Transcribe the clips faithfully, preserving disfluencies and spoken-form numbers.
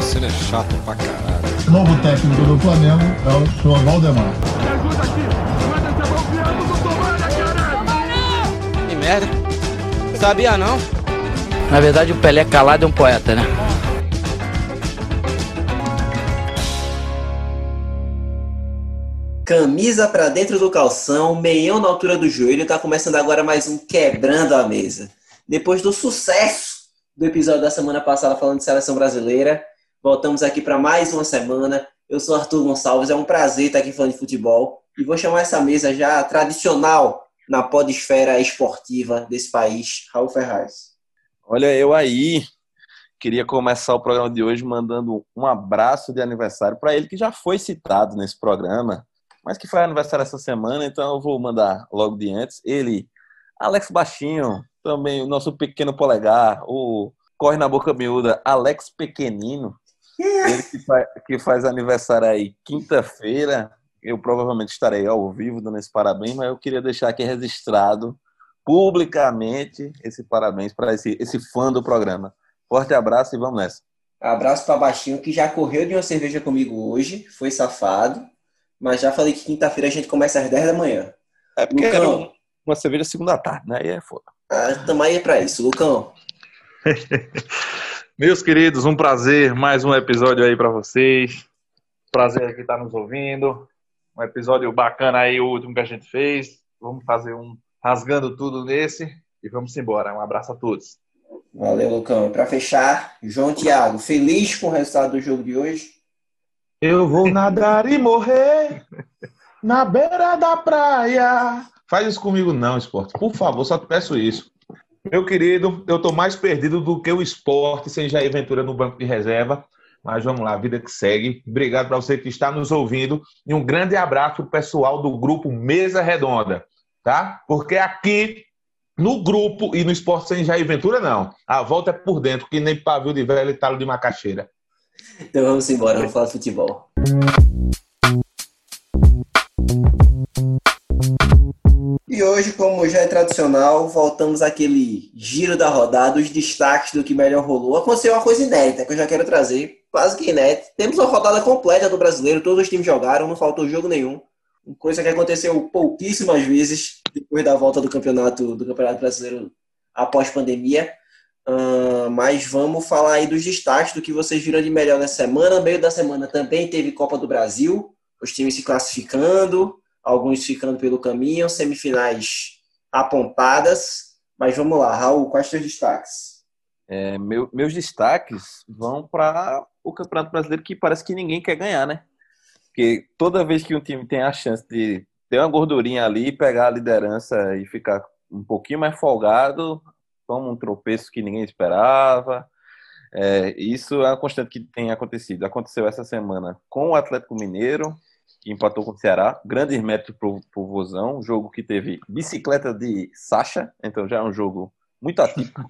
Damasceno é chato pra caralho. O novo técnico do Flamengo é o senhor Valdemar. Me ajuda aqui! Manda essa mão criando do Tomara, Que merda. Sabia não? Na verdade, o Pelé calado é um poeta, né? Camisa pra dentro do calção, meião na altura do joelho, tá começando agora mais um Quebrando a Mesa. Depois do sucesso do episódio da semana passada falando de seleção brasileira, voltamos aqui para mais uma semana. Eu sou Arthur Gonçalves, é um prazer estar aqui falando de futebol e vou chamar essa mesa já tradicional na podesfera esportiva desse país, Raul Ferraz. Olha, eu aí queria começar o programa de hoje mandando um abraço de aniversário para ele que já foi citado nesse programa, mas que foi aniversário essa semana, então eu vou mandar logo de antes. Ele, Alex Baixinho, também o nosso pequeno polegar, o corre na boca miúda, Alex Pequenino, ele que faz, que faz aniversário aí quinta-feira. Eu provavelmente estarei ao vivo dando esse parabéns, mas eu queria deixar aqui registrado publicamente esse parabéns para esse, esse fã do programa. Forte abraço e vamos nessa. Abraço para Baixinho, que já correu de uma cerveja comigo hoje, foi safado, mas já falei que quinta-feira a gente começa às dez da manhã. É porque Lucão, era um, uma cerveja segunda tarde, né? Aí é foda. Ah, tamo aí pra isso. Lucão. Meus queridos, um prazer, mais um episódio aí pra vocês. Prazer que tá nos ouvindo. Um episódio bacana aí, o último que a gente fez. Vamos fazer um rasgando tudo nesse e vamos embora. Um abraço a todos. Valeu, Lucão. E pra fechar, João Thiago, feliz com o resultado do jogo de hoje? Eu vou nadar e morrer na beira da praia. Faz isso comigo não, Esporte. Por favor, só te peço isso. Meu querido, eu tô mais perdido do que o Esporte sem Jair Ventura no banco de reserva. Mas vamos lá, vida que segue. Obrigado para você que está nos ouvindo. E um grande abraço pro pessoal do grupo Mesa Redonda, tá? Porque aqui, no grupo e no Esporte sem Jair Ventura, não. A volta é por dentro, que nem pavio de velho e talo de macaxeira. Então vamos embora, vamos falar de futebol. E hoje, como já é tradicional, voltamos àquele giro da rodada, os destaques do que melhor rolou. Aconteceu uma coisa inédita que eu já quero trazer, quase que inédita. Temos uma rodada completa do brasileiro, todos os times jogaram, não faltou jogo nenhum. Coisa que aconteceu pouquíssimas vezes depois da volta do campeonato, do campeonato brasileiro após pandemia. Uh, mas vamos falar aí dos destaques do que vocês viram de melhor nessa semana. No meio da semana também teve Copa do Brasil, os times se classificando, alguns ficando pelo caminho, semifinais apontadas. Mas vamos lá, Raul, quais seus destaques? É, meu, meus destaques vão para o Campeonato Brasileiro, que parece que ninguém quer ganhar, né? Porque toda vez que um time tem a chance de ter uma gordurinha ali, pegar a liderança e ficar um pouquinho mais folgado, toma um tropeço que ninguém esperava. É, isso é uma constante que tem acontecido. Aconteceu essa semana com o Atlético Mineiro, que empatou com o Ceará. Grandes méritos para o Vozão. Um jogo que teve bicicleta de Sacha, então já é um jogo muito atípico.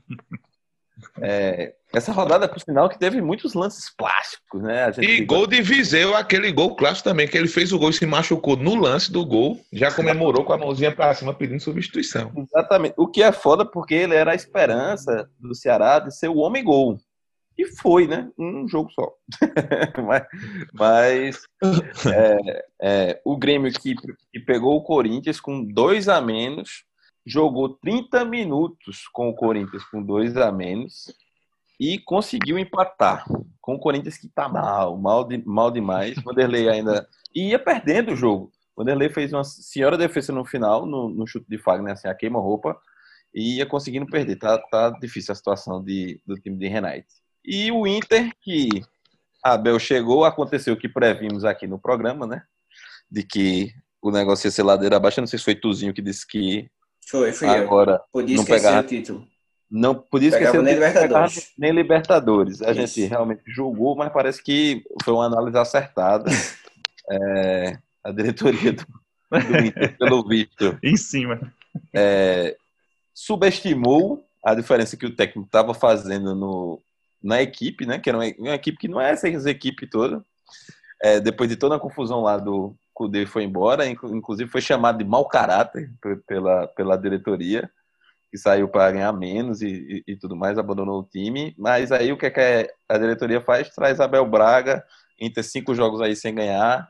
É, essa rodada, por sinal, que teve muitos lances plásticos, né? A gente E fica... gol de Viseu, aquele gol clássico também, que ele fez o gol e se machucou no lance do gol, já comemorou com a mãozinha pra cima pedindo substituição. Exatamente. O que é foda porque ele era a esperança do Ceará de ser o homem-gol. E foi, né? Um jogo só. mas mas é, é, o Grêmio que, que pegou o Corinthians com dois a menos, jogou trinta minutos com o Corinthians com dois a menos e conseguiu empatar com o Corinthians que tá mal, mal, de, mal demais. Vanderlei ainda ia perdendo o jogo. Vanderlei fez uma senhora defesa no final, no, no chute de Fagner, assim, a queima-roupa, e ia conseguindo perder. Tá, tá difícil a situação de, do time de Renate. E o Inter, que Abel chegou, aconteceu o que previmos aqui no programa, né? De que o negócio ia ser ladeira abaixo. Eu não sei se foi Tuzinho que disse que Foi, fui agora eu. Podia não esquecer pegava, o título. Não podia esquecer Pegava o nem título, Libertadores. pegava nem Libertadores. A Isso. gente realmente julgou, mas parece que foi uma análise acertada. É, a diretoria do, do Inter, pelo visto, Em cima. é, subestimou a diferença que o técnico estava fazendo no, na equipe, né? Que era uma, uma equipe que não é essa equipe toda. É, depois de toda a confusão lá do Cudê foi embora, inclusive foi chamado de mau caráter pela, pela diretoria. que saiu para ganhar menos e, e, e tudo mais, abandonou o time. Mas aí o que, é que a diretoria faz? Traz Abel Braga, Inter cinco jogos aí sem ganhar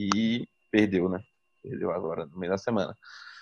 e perdeu, né? Perdeu agora, no meio da semana.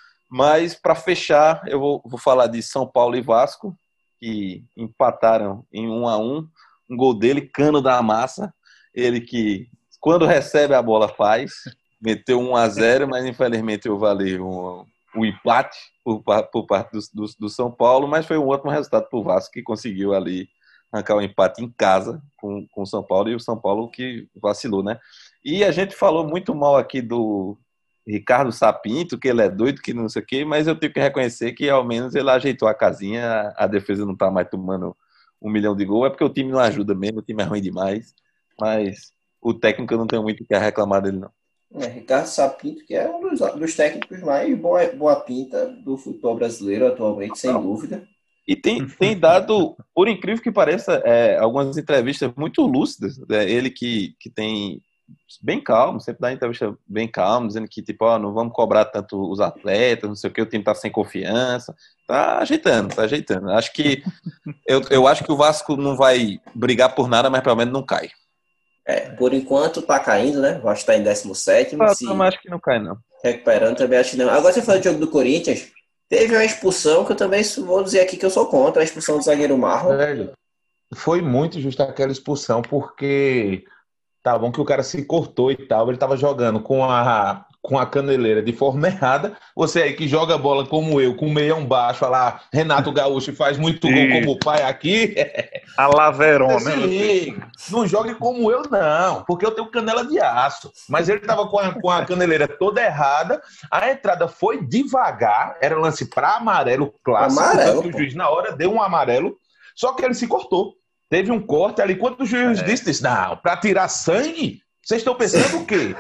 Mas, para fechar, eu vou, vou falar de São Paulo e Vasco, que empataram em um a um. Um gol dele, Cano da Massa. Ele que, quando recebe a bola, faz. Meteu um a zero, mas infelizmente eu valei um, um empate por, por parte do, do, do São Paulo, mas foi um ótimo resultado para o Vasco, que conseguiu ali arrancar o um empate em casa com, com o São Paulo, e o São Paulo que vacilou, né? E a gente falou muito mal aqui do Ricardo Sapinto, que ele é doido, que não sei o quê, mas eu tenho que reconhecer que ao menos ele ajeitou a casinha, a, a defesa não está mais tomando um milhão de gols, é porque o time não ajuda mesmo, o time é ruim demais, mas o técnico eu não tenho muito o que reclamar dele, não. É, Ricardo Sapinto, que é um dos, dos técnicos mais boa, boa pinta do futebol brasileiro atualmente, sem dúvida. E tem, tem dado, por incrível que pareça, é, algumas entrevistas muito lúcidas. É, ele que, que tem bem calmo, sempre dá entrevista bem calmo, dizendo que tipo, ó, não vamos cobrar tanto os atletas, não sei o que, o time tá sem confiança. Tá ajeitando, tá ajeitando. Acho que eu, eu acho que o Vasco não vai brigar por nada, mas pelo menos não cai. É, por enquanto tá caindo, né? O Vasco tá em décimo sétimo. Eu se... também acho que não cai, não. Recuperando, também acho que não. Agora você falou do jogo do Corinthians. Teve uma expulsão que eu também vou dizer aqui que eu sou contra, a expulsão do zagueiro Marlon. Velho, foi muito justa aquela expulsão, porque tá bom que o cara se cortou e tal, ele tava jogando com a, com a caneleira de forma errada. Você aí que joga bola como eu, com meião baixo, olha lá, Renato Gaúcho faz muito gol como o pai aqui. A Laveron, Se né? liga, não jogue como eu, não, porque eu tenho canela de aço. Mas ele tava com a, com a caneleira toda errada, a entrada foi devagar, era lance para amarelo clássico, Amarelo, tanto que o juiz na hora deu um amarelo, só que ele se cortou. Teve um corte ali, quando o juiz é. disse, disse, não, pra tirar sangue? Vocês estão pensando o quê?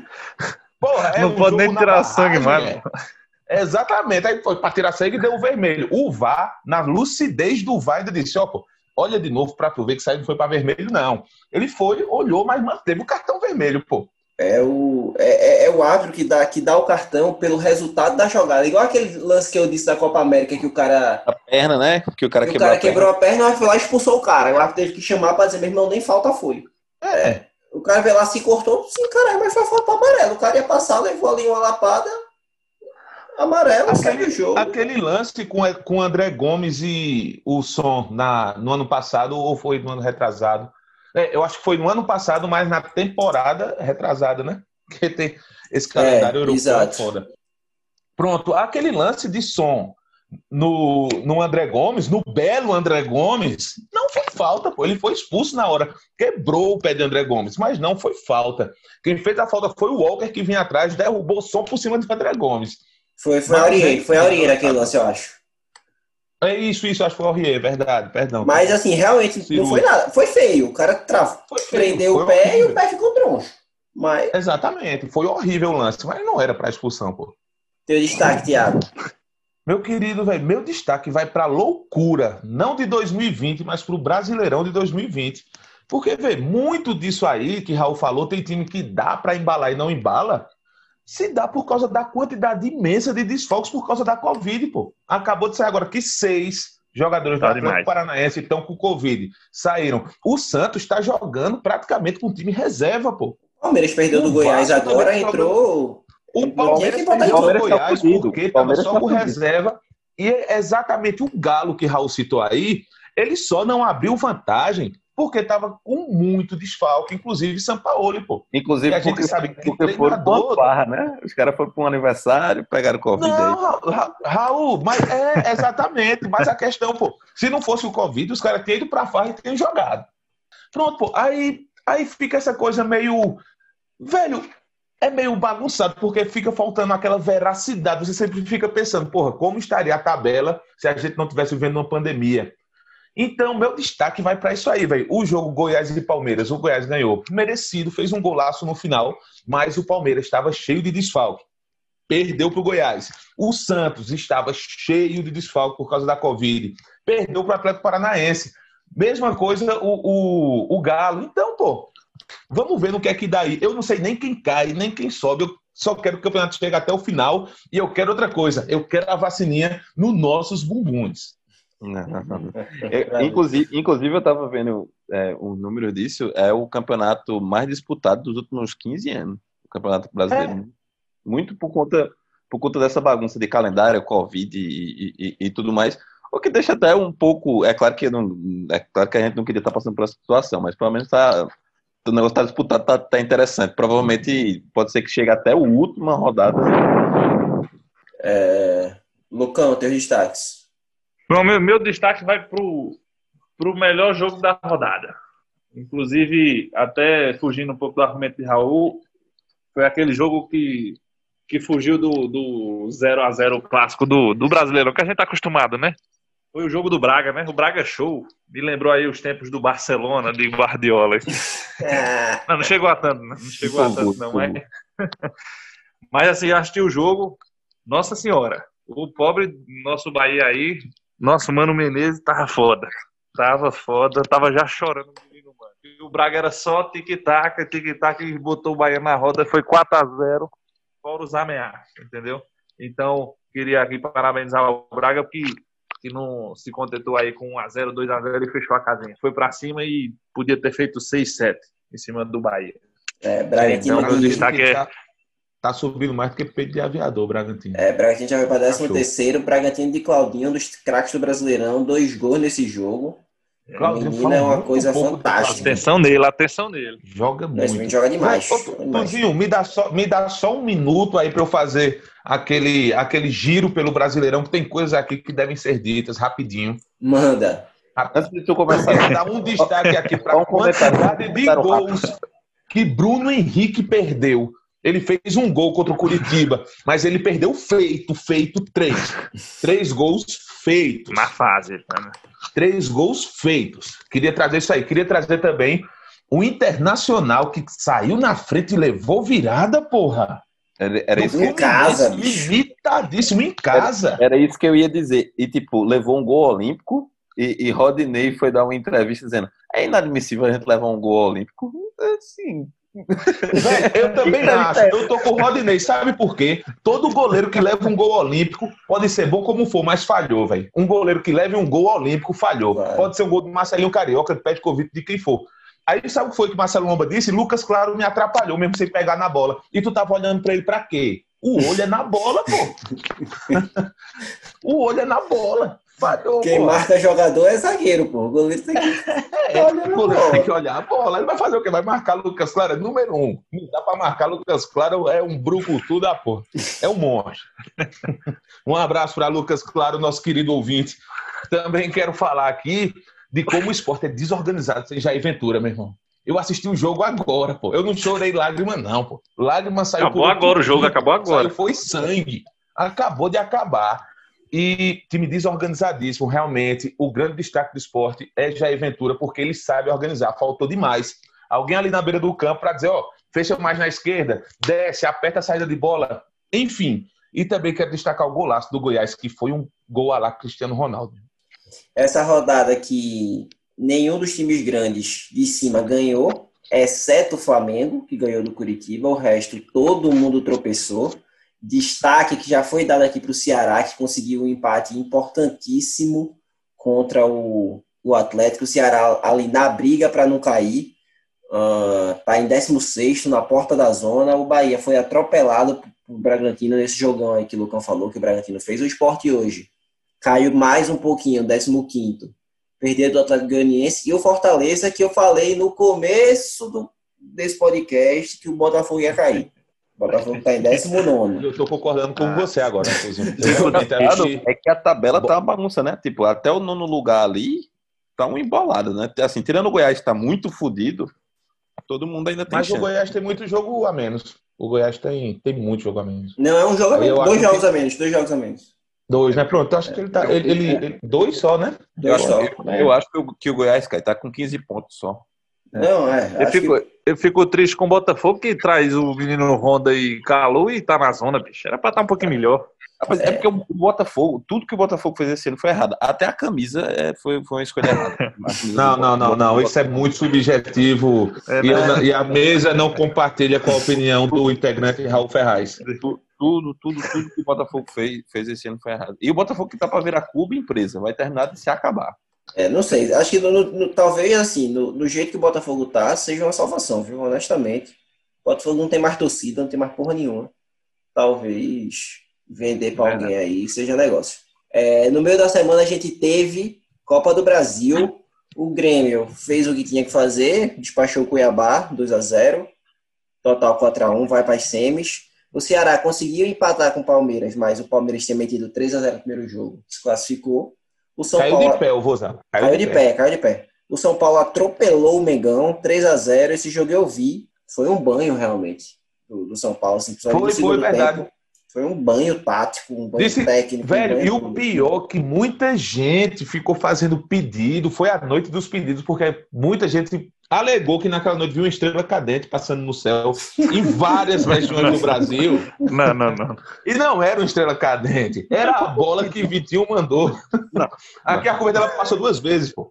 Porra, é não um pode nem tirar barragem, sangue mais. É. Exatamente, aí foi pra tirar sangue e deu o vermelho. O V A R, na lucidez do V A R, ainda disse, ó, pô, olha de novo pra tu ver que saiu não foi pra vermelho, não. Ele foi, olhou, mas manteve o cartão vermelho, pô. É o, é, é o árbitro que dá, que dá o cartão pelo resultado da jogada. Igual aquele lance que eu disse da Copa América, que o cara... A perna, né? Que o cara, que quebrou, o cara a perna. quebrou a perna, mas foi lá e expulsou o cara. O árbitro teve que chamar pra dizer, meu irmão, nem falta foi. É. O cara veio lá, se cortou, sim, caralho, mas foi falta pro amarelo. O cara ia passar, levou ali uma lapada, amarelo, segue o jogo. Aquele lance com, com o André Gomes e o Som na, no ano passado, ou foi no ano retrasado? É, eu acho que foi no ano passado, mas na temporada retrasada, né? Porque tem esse calendário É, europeu exato. foda. Pronto, aquele lance de Som no, no André Gomes, no belo André Gomes, não foi falta, pô. Ele foi expulso na hora. Quebrou o pé de André Gomes, mas não foi falta. Quem fez a falta foi o Walker, que vinha atrás, derrubou o Som por cima do André Gomes. Foi, foi a Aurier, foi a Aurier aquele lance, eu acho. É isso, isso, acho que foi o Aurier, verdade, perdão. Mas assim, realmente Cirúrgico. não foi nada. Foi feio. O cara tra... Foi feio, prendeu foi o pé horrível. e o pé ficou troncho. Mas Exatamente, foi horrível o lance, mas não era pra expulsão, pô. teu destaque, Thiago. Meu querido, velho, meu destaque vai pra loucura, não de dois mil e vinte, mas pro Brasileirão de dois mil e vinte. Porque, velho, muito disso aí que Raul falou, tem time que dá pra embalar e não embala, se dá por causa da quantidade imensa de desfalques por causa da Covid, pô. Acabou de sair agora que seis jogadores Tá do Atlético demais. Paranaense estão com Covid. Saíram. O Santos tá jogando praticamente com time reserva, pô. O Palmeiras perdeu do O Goiás Vasco agora, também entrou. O Tinha Palmeiras que botar perdeu em o Palmeiras tá Goiás fudido. porque O estava Palmeiras só tá com fudido. reserva. E é exatamente o Galo que Raul citou aí, ele só não abriu vantagem porque estava com muito desfalque, inclusive Sampaoli, pô. Inclusive, E a gente porque, sabe que porque foram pra treinador- uma farra, né? Os caras foram para um aniversário, pegaram Covid Não, aí. Ra- Ra- Raul, mas é exatamente. Mas a questão, pô, se não fosse o Covid, os caras tinham ido pra farra e tinham jogado. Pronto, pô. Aí, aí fica essa coisa meio. Velho, é meio bagunçado, porque fica faltando aquela veracidade. Você sempre fica pensando, porra, como estaria a tabela se a gente não estivesse vivendo uma pandemia? Então, meu destaque vai pra isso aí, velho. O jogo Goiás e Palmeiras, o Goiás ganhou merecido, fez um golaço no final, mas o Palmeiras estava cheio de desfalque. Perdeu pro Goiás. O Santos estava cheio de desfalque por causa da Covid. Perdeu pro Atlético Paranaense. Mesma coisa o, o, o Galo. Então, pô, vamos ver no que é que dá aí. Eu não sei nem quem cai, nem quem sobe. Eu só quero que o campeonato chegue até o final e eu quero outra coisa. Eu quero a vacininha nos nossos bumbuns. Não, não, não. Eu, inclusive, inclusive, eu estava vendo é, o número disso, é o campeonato mais disputado dos últimos quinze anos. O Campeonato Brasileiro. É. Muito por conta, por conta dessa bagunça de calendário, Covid e, e, e, e tudo mais. O que deixa até um pouco... É claro que, não, é claro que a gente não queria estar passando por essa situação, mas pelo menos tá, o negócio está disputado, está tá interessante. Provavelmente pode ser que chegue até a última rodada. É... Lucão, teus destaques. Bom, meu, meu destaque vai pro, pro melhor jogo da rodada. Inclusive, até fugindo um pouco do argumento de Raul, foi aquele jogo que, que fugiu do, do zero a zero clássico do, do Brasileirão, que a gente tá acostumado, né? Foi o jogo do Braga, né? O Braga Show. Me lembrou aí os tempos do Barcelona, de Guardiola. Não, não chegou a tanto, né? Não chegou a tanto, não. Mas, mas assim, eu assisti o jogo. Nossa Senhora. O pobre nosso Bahia aí, nosso Mano Menezes, tava foda. Tava foda, tava já chorando. E o Braga era só tic-tac, tic-tac, e botou o Bahia na roda, foi quatro a zero, fora os ameaças, entendeu? Então, queria aqui parabenizar o Braga, porque que não se contentou aí com um a zero, dois a zero e fechou a casinha. Foi pra cima e podia ter feito seis a sete em cima do Bahia. É, Bragantino. Então, meu destaque é... Tá, tá subindo mais do que peito de aviador, Bragantino. É, Bragantino já vai pra décimo terceiro, Bragantino de Claudinho, um dos craques do Brasileirão, dois gols nesse jogo. Claudinho, o menino é uma coisa fantástica. Atenção nele, atenção nele. Joga muito. Esse joga demais. Tuzinho, me dá só, me dá só um minuto aí para eu fazer aquele, aquele giro pelo Brasileirão, que tem coisas aqui que devem ser ditas rapidinho. Manda. Antes de tu começar, eu vou dar um destaque aqui para a quantidade de gols que Bruno Henrique perdeu. Ele fez um gol contra o Curitiba, mas ele perdeu feito, feito três. Três gols feitos. Na fase. Né? Três gols feitos. Queria trazer isso aí. Queria trazer também o Internacional, que saiu na frente e levou virada, porra. Era, era isso em casa. Limitadíssimo em casa. Era, era isso que eu ia dizer. E, tipo, levou um gol olímpico e, e Rodinei foi dar uma entrevista dizendo: é inadmissível a gente levar um gol olímpico. Assim... Eu também acho. Eu tô com o Rodinei. Sabe por quê? Todo goleiro que leva um gol olímpico pode ser bom como for, mas falhou, velho. Um goleiro que leve um gol olímpico falhou. Vai. Pode ser um gol do Marcelinho Carioca, de Petkovic, de quem for. Aí sabe o que foi que Marcelo Lomba disse? Lucas Claro me atrapalhou, mesmo sem pegar na bola. E tu tava olhando pra ele pra quê? O olho é na bola, pô. O olho é na bola. Falhou, Quem pô. marca jogador é zagueiro, pô. O goleiro tem que, é, o goleiro tem que olhar a bola. Ele vai fazer o quê? Vai marcar Lucas Claro? É número um. Não dá pra marcar Lucas Claro, é um brucutu da porra. É um monstro. Um abraço para Lucas Claro, nosso querido ouvinte. Também quero falar aqui de como o esporte é desorganizado sem Jair Ventura, meu irmão. Eu assisti o jogo agora, pô. Eu não chorei lágrima, não, pô. Lágrima saiu... Acabou por agora o jogo, acabou agora. Saiu, foi sangue. Acabou de acabar. E time desorganizadíssimo, realmente. O grande destaque do esporte é Jair Ventura, porque ele sabe organizar. Faltou demais. Alguém ali na beira do campo para dizer, ó, fecha mais na esquerda, desce, aperta a saída de bola. Enfim. E também quero destacar o golaço do Goiás, que foi um gol à la Cristiano Ronaldo. Essa rodada que nenhum dos times grandes de cima ganhou, exceto o Flamengo, que ganhou do Curitiba. O resto, todo mundo tropeçou. Destaque que já foi dado aqui para o Ceará, que conseguiu um empate importantíssimo contra o, o Atlético. O Ceará ali na briga para não cair, está uh, em décimo sexto, na porta da zona. O Bahia foi atropelado por Bragantino nesse jogão aí que o Lucão falou que o Bragantino fez. O Sport hoje caiu mais um pouquinho, décimo quinto, perdeu do Atlético Goianiense. E o Fortaleza, que eu falei no começo do, desse podcast que o Botafogo ia cair. O Botafogo está em décimo nono. Eu estou concordando com ah. você agora. É que a tabela tá uma bagunça, né? Tipo, até o nono lugar ali tá uma embolada, né? Assim, tirando o Goiás, tá muito fodido, todo mundo ainda tem Mas chance. O Goiás tem muito jogo a menos. O Goiás tem, tem muito jogo a menos. Não, é um jogo a menos. Dois jogos que... a menos, dois jogos a menos. Dois, né? Pronto, eu acho que ele tá... Ele, ele, ele, dois só, né? Dois eu, só. Acho, eu, eu acho que o, que o Goiás, cara, tá com quinze pontos só. É. Não, é. Eu fico, que... eu fico triste com o Botafogo, que traz o menino Honda e Calu e tá na zona, bicho. Era pra estar um pouquinho melhor. Rapaz, é. é porque o Botafogo, tudo que o Botafogo fez esse ano foi errado. Até a camisa é, foi, foi uma escolha errada. Não, não, não, não. Isso é muito subjetivo. É, e, eu, e a mesa não compartilha com a opinião do integrante Raul Ferraz. Tudo, tudo, tudo, tudo que o Botafogo fez, fez esse ano foi errado. E o Botafogo que tá para virar clube e empresa, vai terminar de se acabar. É, não sei. Acho que no, no, talvez assim, no, no jeito que o Botafogo tá, seja uma salvação, viu? Honestamente. O Botafogo não tem mais torcida, não tem mais porra nenhuma. Talvez vender para alguém aí seja negócio. É, no meio da semana a gente teve Copa do Brasil. O Grêmio fez o que tinha que fazer, despachou o Cuiabá dois a zero, total quatro a um, vai para as semis. O Ceará conseguiu empatar com o Palmeiras, mas o Palmeiras tinha metido três a zero no primeiro jogo, se classificou. O São caiu Paulo... de pé, o Vozão. Caiu, caiu de, de pé. pé, caiu de pé. O São Paulo atropelou o Mengão, três a zero. Esse jogo eu vi, foi um banho realmente do, do São Paulo. Assim, foi, foi verdade. Tempo. Foi um banho tático, um banho Disse, técnico. Velho, um e o pior que muita gente ficou fazendo pedido, foi a noite dos pedidos, porque muita gente alegou que naquela noite viu uma estrela cadente passando no céu em várias regiões do Brasil. Não, não, não. E não era uma estrela cadente, era a bola que Vitinho mandou. Não. Aqui a corrida ela passou duas vezes, pô.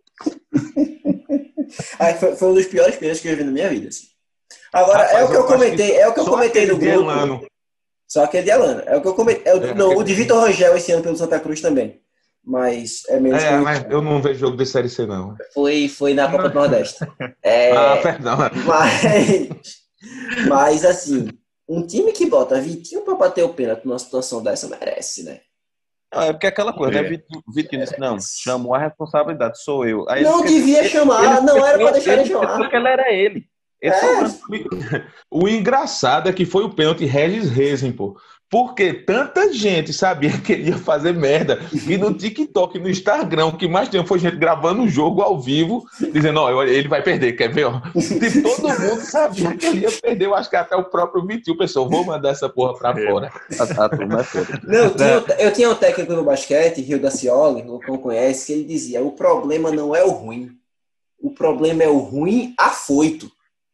Ai, foi, foi um dos piores pedidos que eu vi na minha vida. Assim. Agora, Rapaz, é o que eu, eu comentei, é o que eu comentei no grupo. Ano. Só aquele de Alana. É o que eu comentei. É o, é, não, o de Vitor Rangel esse ano pelo Santa Cruz também. Mas é menos. É, mas eu não vejo jogo de Série C, não. Foi, foi na Copa do Nordeste. É, ah, perdão. Mas, mas, assim, um time que bota Vitinho pra bater o pênalti numa situação dessa merece, né? Não, é porque aquela coisa, é. né? Vitinho, Vitinho disse, não, chamou a responsabilidade, sou eu. Aí não devia ele, chamar, ele, não era pra deixar ele, ele chamar. Porque ele era ele. É. O engraçado é que foi o pênalti Regis Rezem, pô. Porque tanta gente sabia que ele ia fazer merda. E no TikTok, no Instagram, o que mais tem foi gente gravando o jogo ao vivo, dizendo, ó, ele vai perder, quer ver, ó? E todo mundo sabia que ele ia perder. Eu acho que até o próprio Vitinho pensou, vou mandar essa porra pra fora. A, a turma é foda. Não, eu, tinha, eu tinha um técnico no basquete, Rio da Cioli, o que não conhece, que ele dizia, o problema não é o ruim. O problema é o ruim afoito.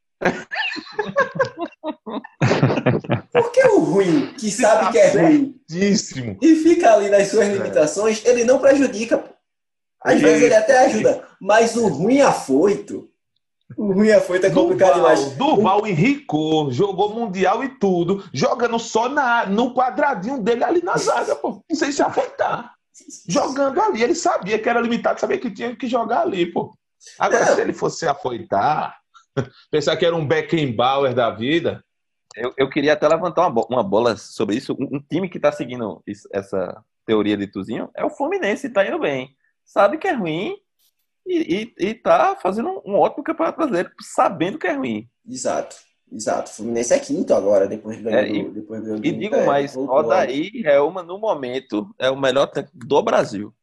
Porque o ruim, que sabe que é ruim e fica ali nas suas limitações, ele não prejudica. Às vezes ele até ajuda, mas o ruim afoito, o ruim afoito é complicado demais. Durval enricou, jogou mundial e tudo, jogando só na, no quadradinho dele ali na zaga, pô, sem se afoitar. Jogando ali, ele sabia que era limitado, sabia que tinha que jogar ali, pô. Agora, é. se ele fosse se afoitar, pensar que era um Beckenbauer da vida. Eu, eu queria até levantar uma, bo- uma bola sobre isso. Um, um time que está seguindo isso, essa teoria de Tuzinho é o Fluminense, está indo bem. Sabe que é ruim e, e, e tá fazendo um, um ótimo campeonato brasileiro, sabendo que é ruim. Exato, exato. O Fluminense é quinto agora, depois de ganhar é, e, do, depois do, do E digo é, mais, Odair Helma, no momento, é o melhor técnico do Brasil.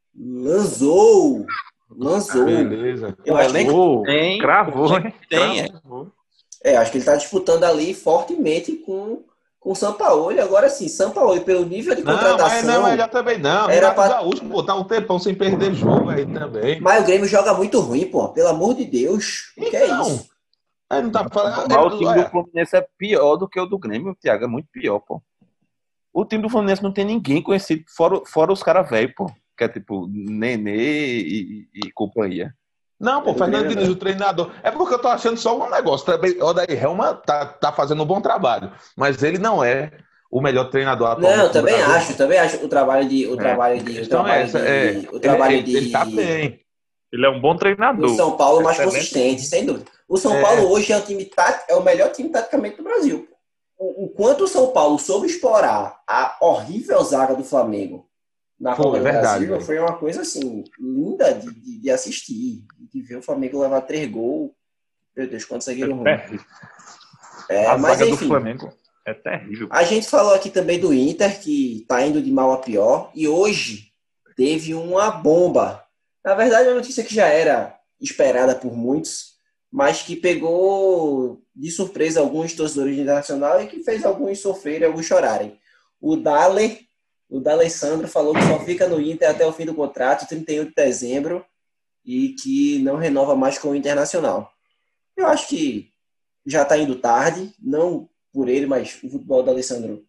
Lançou! Lançou. Beleza. Eu acho que tem, cravou, hein? Tem, cravou. É, acho que ele está disputando ali fortemente com com o Sampaoli. Agora sim, Sampaoli, pelo nível de contratação... Não, mas não, ele também não. Era Era pra... Gaúcho, pô, tá um tempão sem perder jogo aí também. Mas o Grêmio joga muito ruim, pô. Pelo amor de Deus. O que é isso? Aí não tá falando... Mas o time do Fluminense é pior do que o do Grêmio, Thiago. É muito pior, pô. O time do Fluminense não tem ninguém conhecido, fora, fora os caras velhos, pô. Que é tipo Nenê e, e, e companhia. Não, pô, É, Fernando o Diniz, o treinador. É porque eu tô achando só um negócio. Também, o Odair Helma tá, tá fazendo um bom trabalho, mas ele não é o melhor treinador atual. Não, também acho, também acho o trabalho de. O trabalho de. O trabalho de. É, o trabalho ele, de. Ele tá bem. Ele é um bom treinador. O São Paulo mais Excelente. consistente, sem dúvida. O São É. Paulo hoje é, um time tá, é o melhor time taticamente do Brasil. O, o quanto o São Paulo soube explorar a horrível zaga do Flamengo na Foi, Copa do verdade, Brasil né? foi uma coisa assim, linda de, de, de assistir. De ver o Flamengo levar três gols. Meu Deus, quantos zagueiros ruins. terrível. É, A mas zaga do enfim. Flamengo é terrível. A gente falou aqui também do Inter, que tá indo de mal a pior, e hoje teve uma bomba. Na verdade, é uma notícia que já era esperada por muitos, mas que pegou de surpresa alguns torcedores de Internacional e que fez alguns sofrerem, alguns chorarem. O Dale, o D'Alessandro falou que só fica no Inter até o fim do contrato, trinta e um de dezembro, e que não renova mais com o Internacional. Eu acho que já tá indo tarde, não por ele, mas o futebol do Alessandro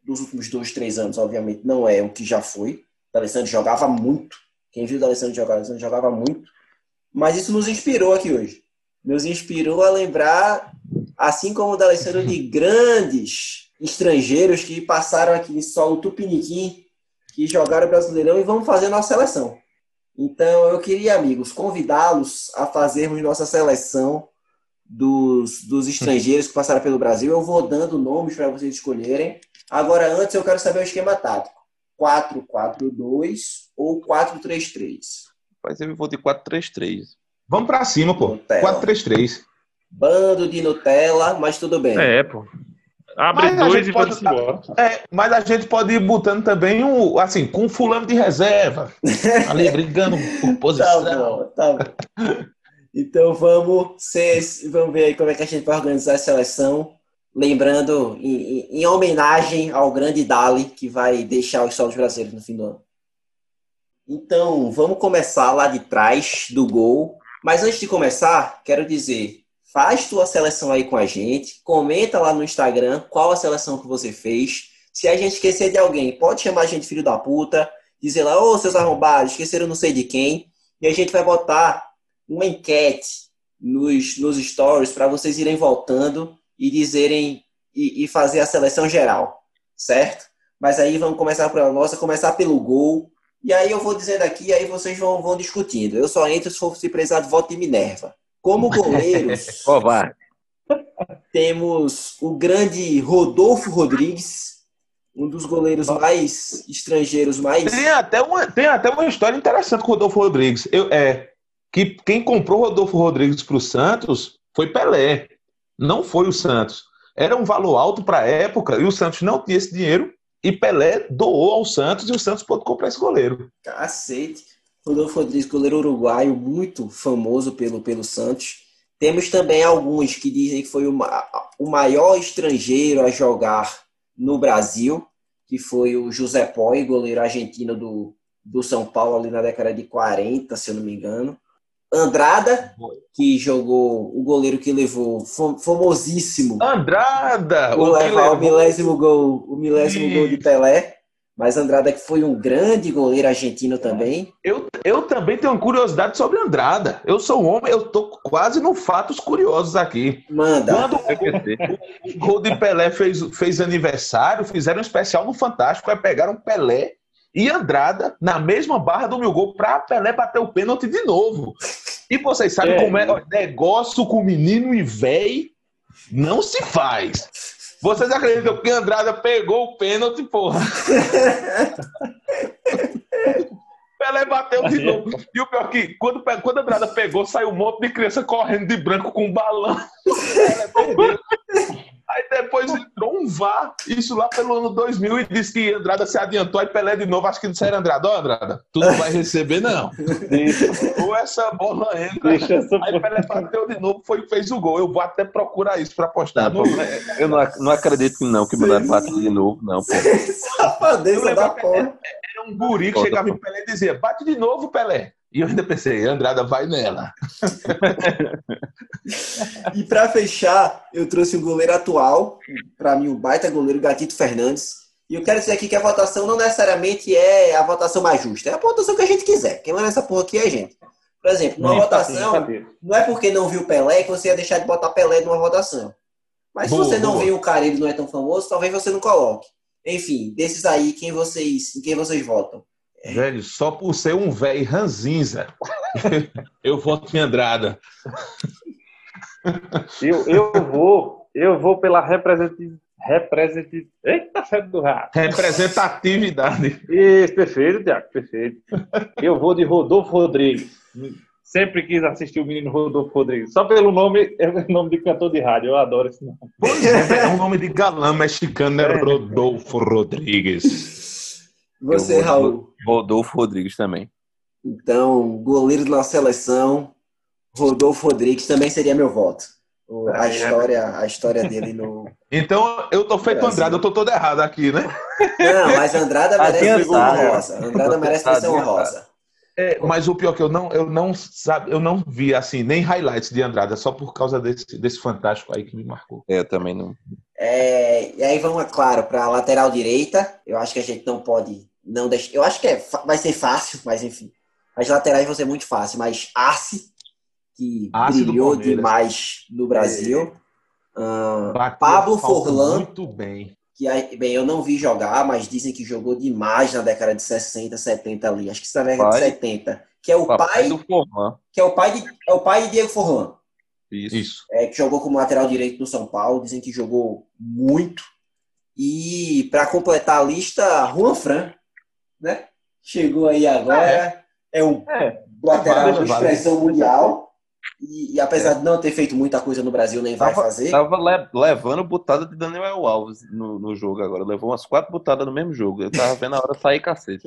dos últimos dois, três anos, obviamente, não é o que já foi. O D'Alessandro jogava muito. Quem viu o D'Alessandro jogar, o D'Alessandro jogava muito. Mas isso nos inspirou aqui hoje. Nos inspirou a lembrar, assim como o D'Alessandro, de grandes estrangeiros que passaram aqui em solo tupiniquim, que jogaram o Brasileirão e vão fazer nossa seleção. Então, eu queria, amigos, convidá-los a fazermos nossa seleção dos, dos estrangeiros que passaram pelo Brasil. Eu vou dando nomes para vocês escolherem. Agora, antes, eu quero saber o esquema tático. quatro quatro dois ou quatro três três? Mas eu vou de quatro três três. Vamos pra cima, pô. Nutella. quatro três três. Bando de Nutella, mas tudo bem. É, pô. Abre Mas a dois gente e pode- vamos embora. É, mas a gente pode ir botando também, um, assim, com um fulano de reserva. Ali, brigando por Tá posição. bom, tá bom. Então vamos, ser, vamos ver aí como é que a gente vai organizar a seleção. Lembrando, em, em- em homenagem ao grande Dali, que vai deixar os solos brasileiros no fim do ano. Então, vamos começar lá de trás do gol. Mas antes de começar, quero dizer, faz tua seleção aí com a gente, comenta lá no Instagram qual a seleção que você fez. Se a gente esquecer de alguém, pode chamar a gente filho da puta, dizer lá, ô seus arrombados, esqueceram não sei de quem, e a gente vai botar uma enquete nos, nos stories para vocês irem voltando e dizerem e, e fazer a seleção geral, certo? Mas aí vamos começar pela nossa, começar pelo gol. E aí eu vou dizendo aqui, e aí vocês vão, vão discutindo. Eu só entro se for se precisar de voto de Minerva. Como goleiros, Covarde. temos o grande Rodolfo Rodrigues, um dos goleiros mais estrangeiros, mais... Tem até, uma, tem até uma história interessante com o Rodolfo Rodrigues. Eu, é, que quem comprou o Rodolfo Rodrigues para o Santos foi Pelé, não foi o Santos. Era um valor alto para a época e o Santos não tinha esse dinheiro e Pelé doou ao Santos e o Santos pôde comprar esse goleiro. Cacete. Rodolfo Rodrigues, goleiro uruguaio, muito famoso pelo, pelo Santos. Temos também alguns que dizem que foi o, ma- o maior estrangeiro a jogar no Brasil, que foi o José Poi, goleiro argentino do, do São Paulo ali na década de quarenta, se eu não me engano. Andrada, que jogou o goleiro que levou, fam- famosíssimo, Andrada! por o que levar o levou- milésimo gol, o milésimo Sim. gol de Pelé. Mas Andrada que foi um grande goleiro argentino também. Eu, eu também tenho uma curiosidade sobre Andrada. Eu sou um homem, eu tô quase no fatos curiosos aqui. Manda. Quando o, o gol de Pelé fez, fez aniversário, fizeram um especial no Fantástico, aí pegaram Pelé e Andrada na mesma barra do meu gol para Pelé bater o pênalti de novo. E vocês sabem É. como é ó, negócio com menino e véi não se faz. Vocês acreditam que Andrada pegou o pênalti, porra? Pelé bateu de novo. E o pior que, quando, quando Andrada pegou, saiu um monte de criança correndo de branco com um balão. Pelé perdeu. Aí depois entrou um V A R, isso lá pelo ano dois mil, e disse que Andrada se adiantou, aí Pelé de novo, acho que disseram Andrada, ó Andrada, tu não vai receber não. Ou essa bola entra. Deixa essa Aí Pelé bateu de novo, foi, fez o gol. Eu vou até procurar isso pra postar. Não, pô, eu não, ac- não acredito não que o Pelé bate de novo, não, pô. Safadeza da porra. Era um guri que chegava em Pelé e dizia, bate de novo, Pelé. E eu ainda pensei, Andrada vai nela. E pra fechar, eu trouxe um goleiro atual, pra mim um baita goleiro, Gatito Fernandes. E eu quero dizer aqui que a votação não necessariamente é a votação mais justa, é a votação que a gente quiser. Quem manda essa porra aqui é a gente. Por exemplo, numa votação, não é porque não viu Pelé que você ia deixar de botar Pelé numa votação. Mas Boa, se você não boa. viu o cara e ele não é tão famoso, talvez você não coloque. Enfim, desses aí, quem vocês, em quem vocês votam? Velho, só por ser um velho ranzinza, eu voto em Andrada. Eu, eu vou, eu vou pela representatividade. Representatividade. Eita, certo do rato. Representatividade. Isso, perfeito, Tiago, perfeito. Eu vou de Rodolfo Rodrigues. Sempre quis assistir o menino Rodolfo Rodrigues. Só pelo nome, é o nome de cantor de rádio. Eu adoro esse nome. Pois é, é um nome de galã mexicano, é Rodolfo Rodrigues. Você, Eu vou- Raul. Rodolfo Rodrigues também. Então, goleiro na seleção, Rodolfo Rodrigues também seria meu voto. O- A história, a história dele no... Então, eu tô feito Brasil. Andrada, eu tô todo errado aqui, né? Não, mas Andrada merece menção Adiantado. honrosa. Andrada merece menção honrosa. É, mas o pior é que eu não, eu não, sabe, eu não vi assim, nem highlights de Andrada, só por causa desse, desse fantástico aí que me marcou. É, eu também não. É, e aí vamos, claro, para a lateral direita. Eu acho que a gente não pode não deixar. Eu acho que é, vai ser fácil, mas enfim. As laterais vão ser muito fáceis, mas Arce, que Arce do brilhou Palmeiras. demais no Brasil. Ah, Bateu Pablo a falta Forlan, muito bem. que aí, bem, eu não vi jogar, mas dizem que jogou demais na década de sessenta, setenta ali. Acho que isso na década Pai. de setenta. Que é o Papai pai, do Forlan. que é o pai de, é o pai de Diego Forlan. Isso. Isso. É, que jogou como lateral direito no São Paulo, dizem que jogou muito. E para completar a lista, Juan Fran, né? Chegou aí agora, é, é um É. lateral Vale, de vale. expressão mundial. E, e apesar de não ter feito muita coisa no Brasil, nem vai Tava, fazer. tava le- levando botada de Daniel Alves no, no jogo agora. Levou umas quatro botadas no mesmo jogo. Eu tava vendo a hora sair cacete.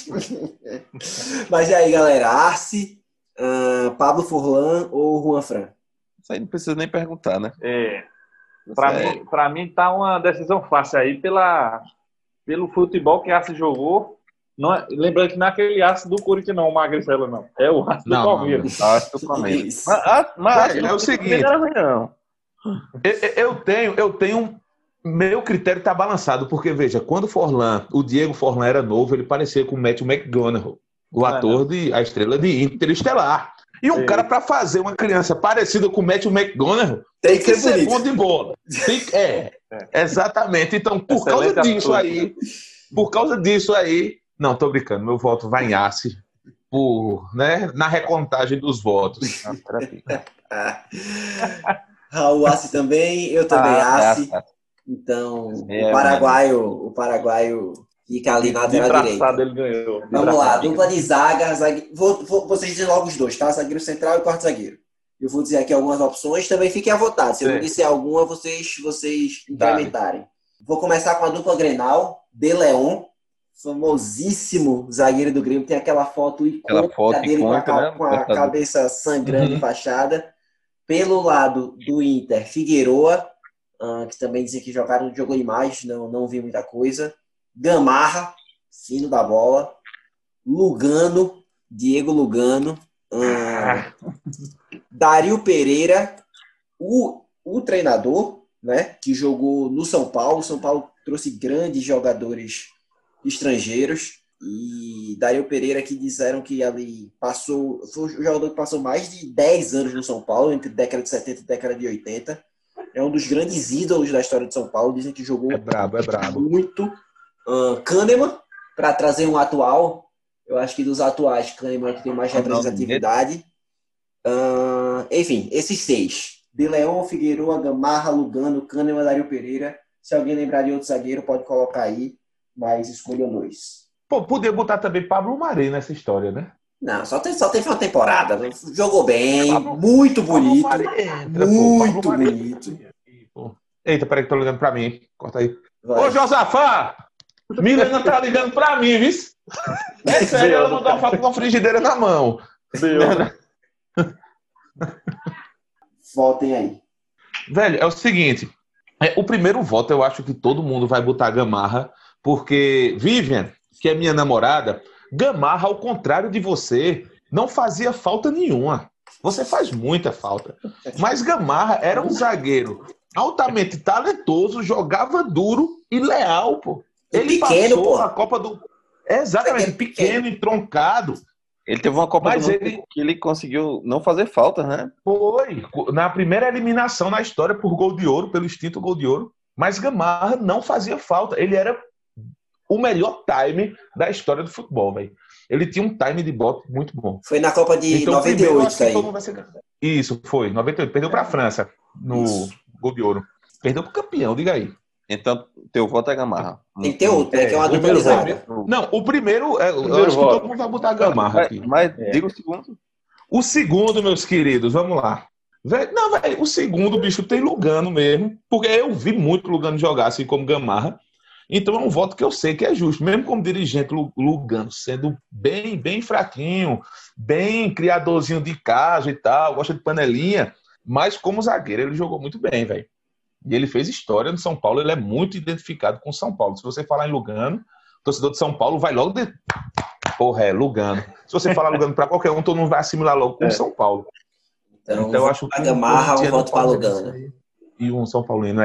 Mas e aí, galera? Arce, ah, Pablo Forlan ou Juan Fran? Isso aí não precisa nem perguntar, né? É. Pra Isso é- mim, pra mim tá uma decisão fácil aí pela, pelo futebol que Arce jogou. Não é- lembrando que não é aquele Arce do Corinthians, não, o Magricela, não. É o Arce do Não, Palmeiras. Acho que o Flamengo. Isso. Mas, ah, mas Velho, acho que é o não seguinte. era ruim, não. Eu, eu tenho, eu tenho. Meu critério tá balançado, porque, veja, quando o Forlan, o Diego Forlan era novo, ele parecia com o Matthew McConaughey, o Não é ator de A Estrela de Interestelar. E um Sim. cara, pra fazer uma criança parecida com o Matthew McConaughey, Tem que tem que ser ser bonito. bom de bola. Tem que- é, exatamente. Então, por Excelente causa disso ator. aí, por causa disso aí, não, tô brincando, meu voto vai em Arce, por, né, na recontagem dos votos. Ah, terapia. Ah. Raul Arce também, eu também Ah, Arce. é, é. Então, É, o paraguaio, o paraguaio fica ali na De lateral braçada direita. ele ganhou. De Vamos lá, braçada. dupla de zaga, zague... vou, vou, vocês dizem logo os dois, tá? Zagueiro central e quarto zagueiro. Eu vou dizer aqui algumas opções, também fiquem à vontade. Se eu não Sim. disser alguma, vocês, vocês implementarem. Vou começar com a dupla Grenal, De Leon, famosíssimo zagueiro do Grêmio. Tem aquela foto icônica Aquela foto dele com a, icônica, ca- né? com a cabeça sangrando e fachada. Pelo lado do Inter, Figueroa, ah, que também dizem que jogaram, jogou demais, não, não vi muita coisa. Gamarra, fino da bola. Lugano, Diego Lugano. ah, Dario Pereira, o, o treinador, né, que jogou no São Paulo. São Paulo trouxe grandes jogadores estrangeiros. E Dario Pereira, que disseram que ali passou, foi o jogador que passou mais de dez anos no São Paulo, entre década de setenta e década de oitenta. É um dos grandes ídolos da história de São Paulo. Dizem que jogou É brabo, é brabo. muito. Uh, Kahneman, para trazer um atual. Eu acho que dos atuais, Kahneman é que tem mais representatividade. Uh, enfim, esses seis. De Leon, Figueroa, Gamarra, Lugano, Kahneman, Dario Pereira. Se alguém lembrar de outro zagueiro, pode colocar aí. Mas escolham dois. Pô, podia botar também Pablo Mari nessa história, né? Não, só, tem, só teve uma temporada. Jogou bem, Pablo- muito bonito. Pablo Mari entra, pô, Muito Pablo Mari bonito. entra aqui, pô. Eita, peraí que tô ligando pra mim. Corta aí. Vai. Ô, Josafá! Milena tá ligando pra mim, viu? É sério, ela não dá uma faca com a frigideira na mão. Voltem aí. Velho, é o seguinte. É, o primeiro voto eu acho que todo mundo vai botar Gamarra, porque Vivian, que é minha namorada, Gamarra, ao contrário de você, não fazia falta nenhuma. Você faz muita falta. Mas Gamarra era um zagueiro altamente talentoso, jogava duro e leal, pô. E Ele pequeno, passou pô. a Copa do... Exatamente, Pequeno, pequeno e troncado. Ele teve uma Copa Mas do Mundo ele- que ele conseguiu não fazer falta, né? Foi na primeira eliminação na história por gol de ouro, pelo extinto gol de ouro. Mas Gamarra não fazia falta. Ele era o melhor time da história do futebol, velho. Ele tinha um time de bote muito bom. Foi na Copa de Então, noventa e primeiro, eu oito, acho que isso aí. todo mundo vai ser... Isso, foi. noventa e oito. Perdeu para a França no Isso. gol de ouro. Perdeu para o campeão, diga aí. Então, teu voto é Gamarra. Tem que ter outro, né? Que é uma É, dupla primeiro de zaga. Não, o primeiro, é, eu Primeiro acho que voto. todo mundo vai botar Gamarra aqui. Mas, mas É. diga o segundo. O segundo, meus queridos, vamos lá. Véi, não, velho, o segundo, bicho, tem Lugano mesmo. Porque eu vi muito Lugano jogar, assim como Gamarra. Então é um voto que eu sei que é justo. Mesmo como dirigente, Lu- Lugano sendo bem, bem fraquinho, bem criadorzinho de casa e tal, gosta de panelinha. Mas como zagueiro, ele jogou muito bem, velho. E ele fez história no São Paulo, ele é muito identificado com o São Paulo. Se você falar em Lugano, o torcedor de São Paulo vai logo de... Porra, é Lugano. Se você falar Lugano para qualquer um, todo mundo vai assimilar logo com o É. São Paulo. Então, Então eu acho a que Gamarra, um corintiano voto para pode Lugano. ser. E um São Paulino, é.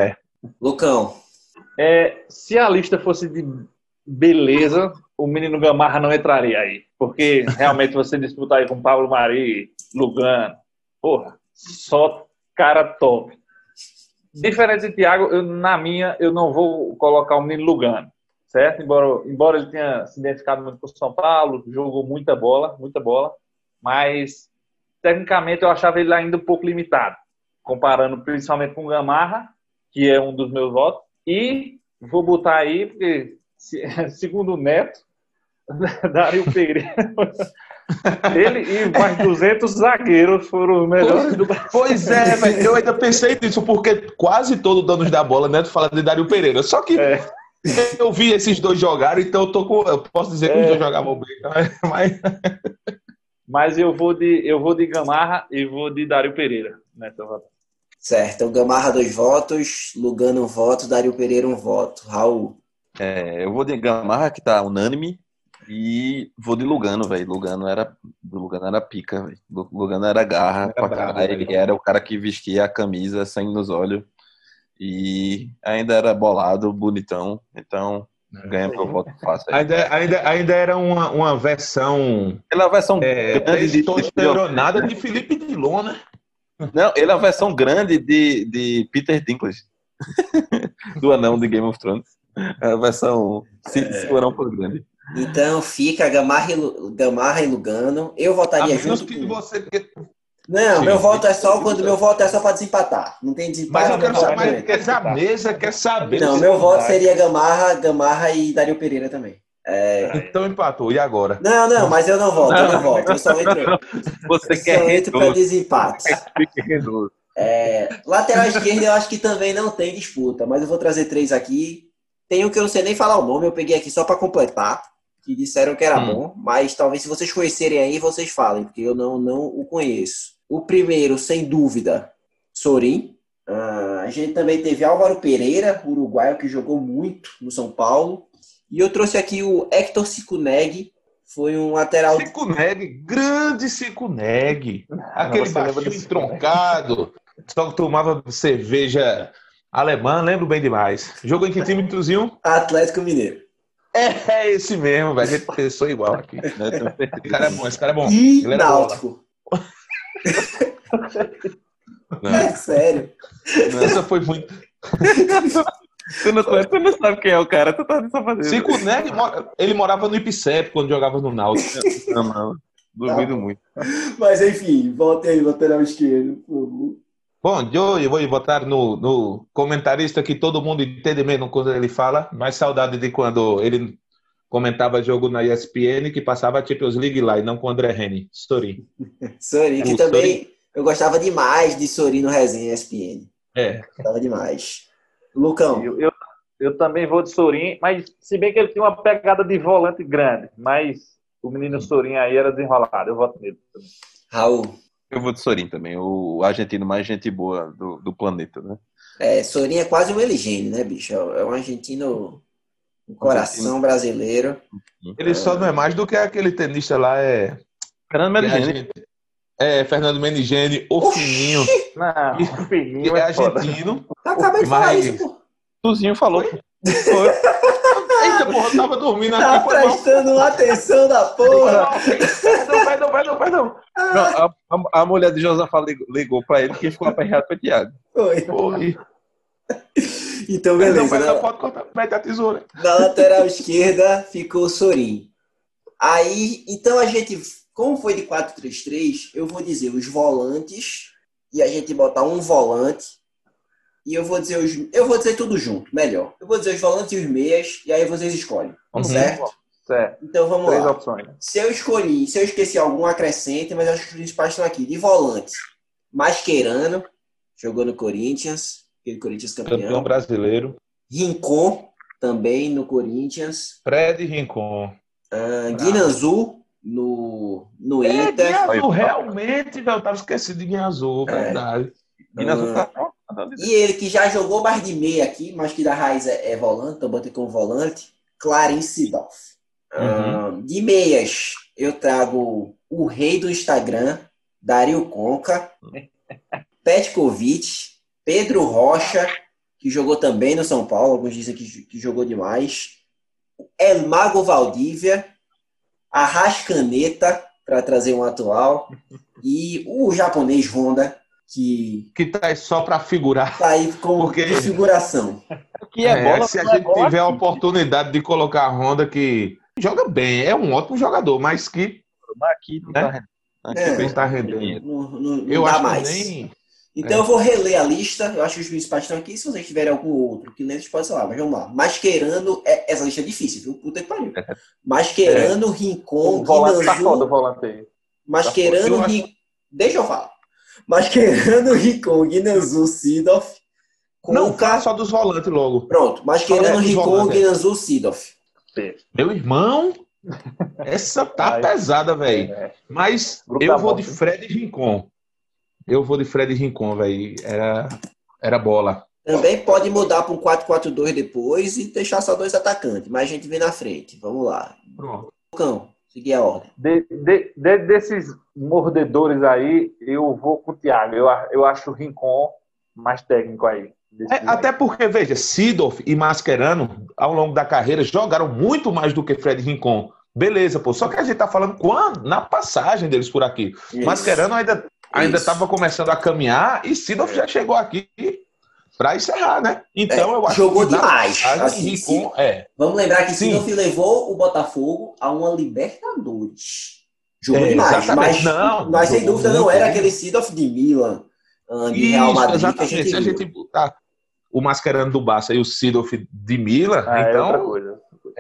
Lucão. É, se a lista fosse de beleza, o menino Gamarra não entraria aí. Porque realmente você disputar aí com Pablo Mari, Lugano, porra, só cara top. Diferente de Thiago, eu, na minha, eu não vou colocar o menino Lugano, certo? Embora, embora ele tenha se identificado muito com o São Paulo, jogou muita bola, muita bola, mas tecnicamente eu achava ele ainda um pouco limitado, comparando principalmente com o Gamarra, que é um dos meus votos, e vou botar aí, porque segundo o Neto, Dario Pereira, ele e mais duzentos zagueiros foram os melhores do Brasil. Pois é, velho, eu ainda pensei nisso, porque quase todo donos da bola, né, tu fala de Dario Pereira, só que é. eu vi esses dois jogarem, então eu, tô com, eu posso dizer que é. os dois jogavam bem, mas... mas eu vou de, eu vou de Gamarra e vou de Dario Pereira nessa votação. Certo, então Gamarra dois votos, Lugano um voto, Dario Pereira um voto. Raul. É, eu vou de Gamarra, que tá unânime, e vou de Lugano, velho. Lugano era, Lugano era pica, velho. Lugano era garra era pra bravo, caralho. Ele era o cara que vestia a camisa, sangue nos olhos, e ainda era bolado, bonitão, então ganha meu voto fácil. Aí. Ainda, ainda, ainda era uma, uma versão... Ele é a versão é, grande de... testosteronada de Felipe Dilon, né? Não, ele é a versão grande de, de Peter Dinklage. Do anão de Game of Thrones. É a versão... Se, se o anão for grande. Então fica Gamarra e, Gamarra e Lugano. Eu votaria junto que com... você... Não, Sim, meu voto é só quando meu voto é só para desempatar. Não tem desempate. Mas eu quero saber, também. Quer a mesa quer saber. Não, meu voto seria Gamarra, Gamarra e Dario Pereira também. É... Então empatou, e agora? Não, não, mas eu não voto, eu não voto. Eu só entro, você eu quer só entro para desempate. É, lateral esquerda eu acho que também não tem disputa, mas eu vou trazer três aqui. Tem um que eu não sei nem falar o nome, eu peguei aqui só para completar, que disseram que era hum. bom, mas talvez se vocês conhecerem aí, vocês falem, porque eu não, não o conheço. O primeiro, sem dúvida, Sorin. Uh, a gente também teve Álvaro Pereira, uruguaio, que jogou muito no São Paulo. E eu trouxe aqui o Hector Ciconeg, foi um lateral... Ciconeg, grande Ciconeg. Aquele baixinho entroncado, só que tomava cerveja alemã, lembro bem demais. Jogou em que time, Tuzinho? Atlético Mineiro. É, é esse mesmo, velho. A gente pensou igual aqui. Esse cara é bom, esse cara é bom. E Náutico. É sério. Essa foi muito... Tu não, tu não sabe quem é o cara, tu tá só fazendo. Ciconeg, ele morava no Ipicep quando jogava no Náutico. Não, não. Duvido tá muito. Mas enfim, volta aí, lateral esquerdo, por favor. Bom, eu, eu vou votar no, no comentarista que todo mundo entende mesmo quando ele fala. Mais saudade de quando ele comentava jogo na E S P N, que passava a Champions League lá, e não com o André Henry. Sorin. Sorin, que o também Sorin. Eu gostava demais de Sorin no resenha E S P N. É. Gostava demais. Lucão. Eu, eu, eu também vou de Sorin, mas se bem que ele tinha uma pegada de volante grande, mas o menino Sorin aí era desenrolado. Eu voto nele também. Raul. Eu vou de Sorin também, o argentino mais gente boa do, do planeta, né? É, Sorin é quase um Eligene, né, bicho? É um argentino, um coração brasileiro. Ele é... só não é mais do que aquele tenista lá, é... Fernando Meligeni. É, Fernando Meligeni, o fininho. Não, o fininho é argentino. Acabei de falar isso, pô. Tuzinho falou. Foi? Eita, porra, eu tava dormindo tá aqui. Tá prestando atenção da porra. Perdão, perdão, perdão, perdão. Não, a, a, a mulher de Josafá ligou, ligou pra ele, que ficou aperreado pra Thiago. Foi. Foi. Então, beleza. Perdão, perdão, pode cortar, mete a tesoura. Na lateral esquerda ficou o Sorin. Aí, então a gente, como foi de quatro três três, eu vou dizer os volantes e a gente botar um volante. E eu vou dizer os, eu vou dizer tudo junto, melhor. Eu vou dizer os volantes e os meias, e aí vocês escolhem. Uhum. Certo? Certo. Então vamos Três lá. Opções. Se eu escolhi, se eu esqueci algum, acrescente, mas acho que os principais estão aqui. De volante, Mascherano, jogou no Corinthians, aquele Corinthians campeão. Campeão brasileiro. Rincon, também no Corinthians. Fred Rincon. Uh, Guinazul, no, no é, Inter. Guinazul, realmente, velho, eu tava esquecido de Guinazul, é. Verdade. Uh, tá... E ele que já jogou mais de meia aqui, mas que da raiz é, é volante, então botei como volante, Clarence Seedorf. Uhum. Uh, de meias, eu trago o rei do Instagram, Dario Conca, Petkovic, Pedro Rocha, que jogou também no São Paulo, alguns dizem que, que jogou demais. El Mago Valdívia, Arrascaneta, para trazer um atual, e o japonês Honda, que Que tá aí só para figurar. tá aí como Porque- de figuração. Que é, bola, se a não é gente bola tiver a aqui. oportunidade de colocar a Honda, que joga bem, é um ótimo jogador, mas que Mas aqui não Né? tá rendendo. Aqui É. não está rendendo. Não, não, não Eu dá acho mais. que nem. Então É. eu vou reler a lista. Eu acho que os principais estão aqui. Se vocês tiverem algum outro que lê, vocês podem falar. Mas vamos lá. Mascherano. É, essa lista é difícil, viu? Puta que pariu. Mascherano, Rincon, O volante tá foda, o Guinanzu. volante aí. Mascherano, Eu acho- Rin... Deixa eu falar. Mascherano, Rincon, Guinanzu, Sidoff. Não, Conca. fala só dos volantes logo. Pronto. Mascherano, Fala dos Rincon, volantes. Guinanzu, Sidoff. Meu irmão, essa tá Ai. pesada, velho. É. Mas Grupo eu da vou de morte. Fred Rincon. Eu vou de Fred Rincon, velho. Era, era bola. Também pode mudar para um quatro quatro dois depois e deixar só dois atacantes. Mas a gente vê na frente. Vamos lá. Pronto. Cão, seguir a ordem. De, de- de- desses mordedores aí, eu vou com o Thiago. Eu, a- eu acho o Rincon mais técnico aí. Desse É, time aí. até porque, veja, Seedorf e Mascherano, ao longo da carreira, jogaram muito mais do que Fred Rincon. Beleza, pô. Só que a gente tá falando quando? Na passagem deles por aqui. Isso. Mascherano ainda ainda Isso. estava começando a caminhar e Seedorf já chegou aqui para encerrar, né? Então É, eu acho jogou que na demais, passagem, assim, Rincon, é. Vamos lembrar que Sim. Sidoff levou o Botafogo a uma Libertadores. Jogou É, demais, exatamente. mas, Não, mas sem jogou dúvida não muito era bem. aquele Sidoff de Milan, ah, de Real Isso, Madrid que a exatamente. gente Se a viu. gente botar o Mascherano do Barça e o Seedorf de Milan, Ah, é outra então. coisa.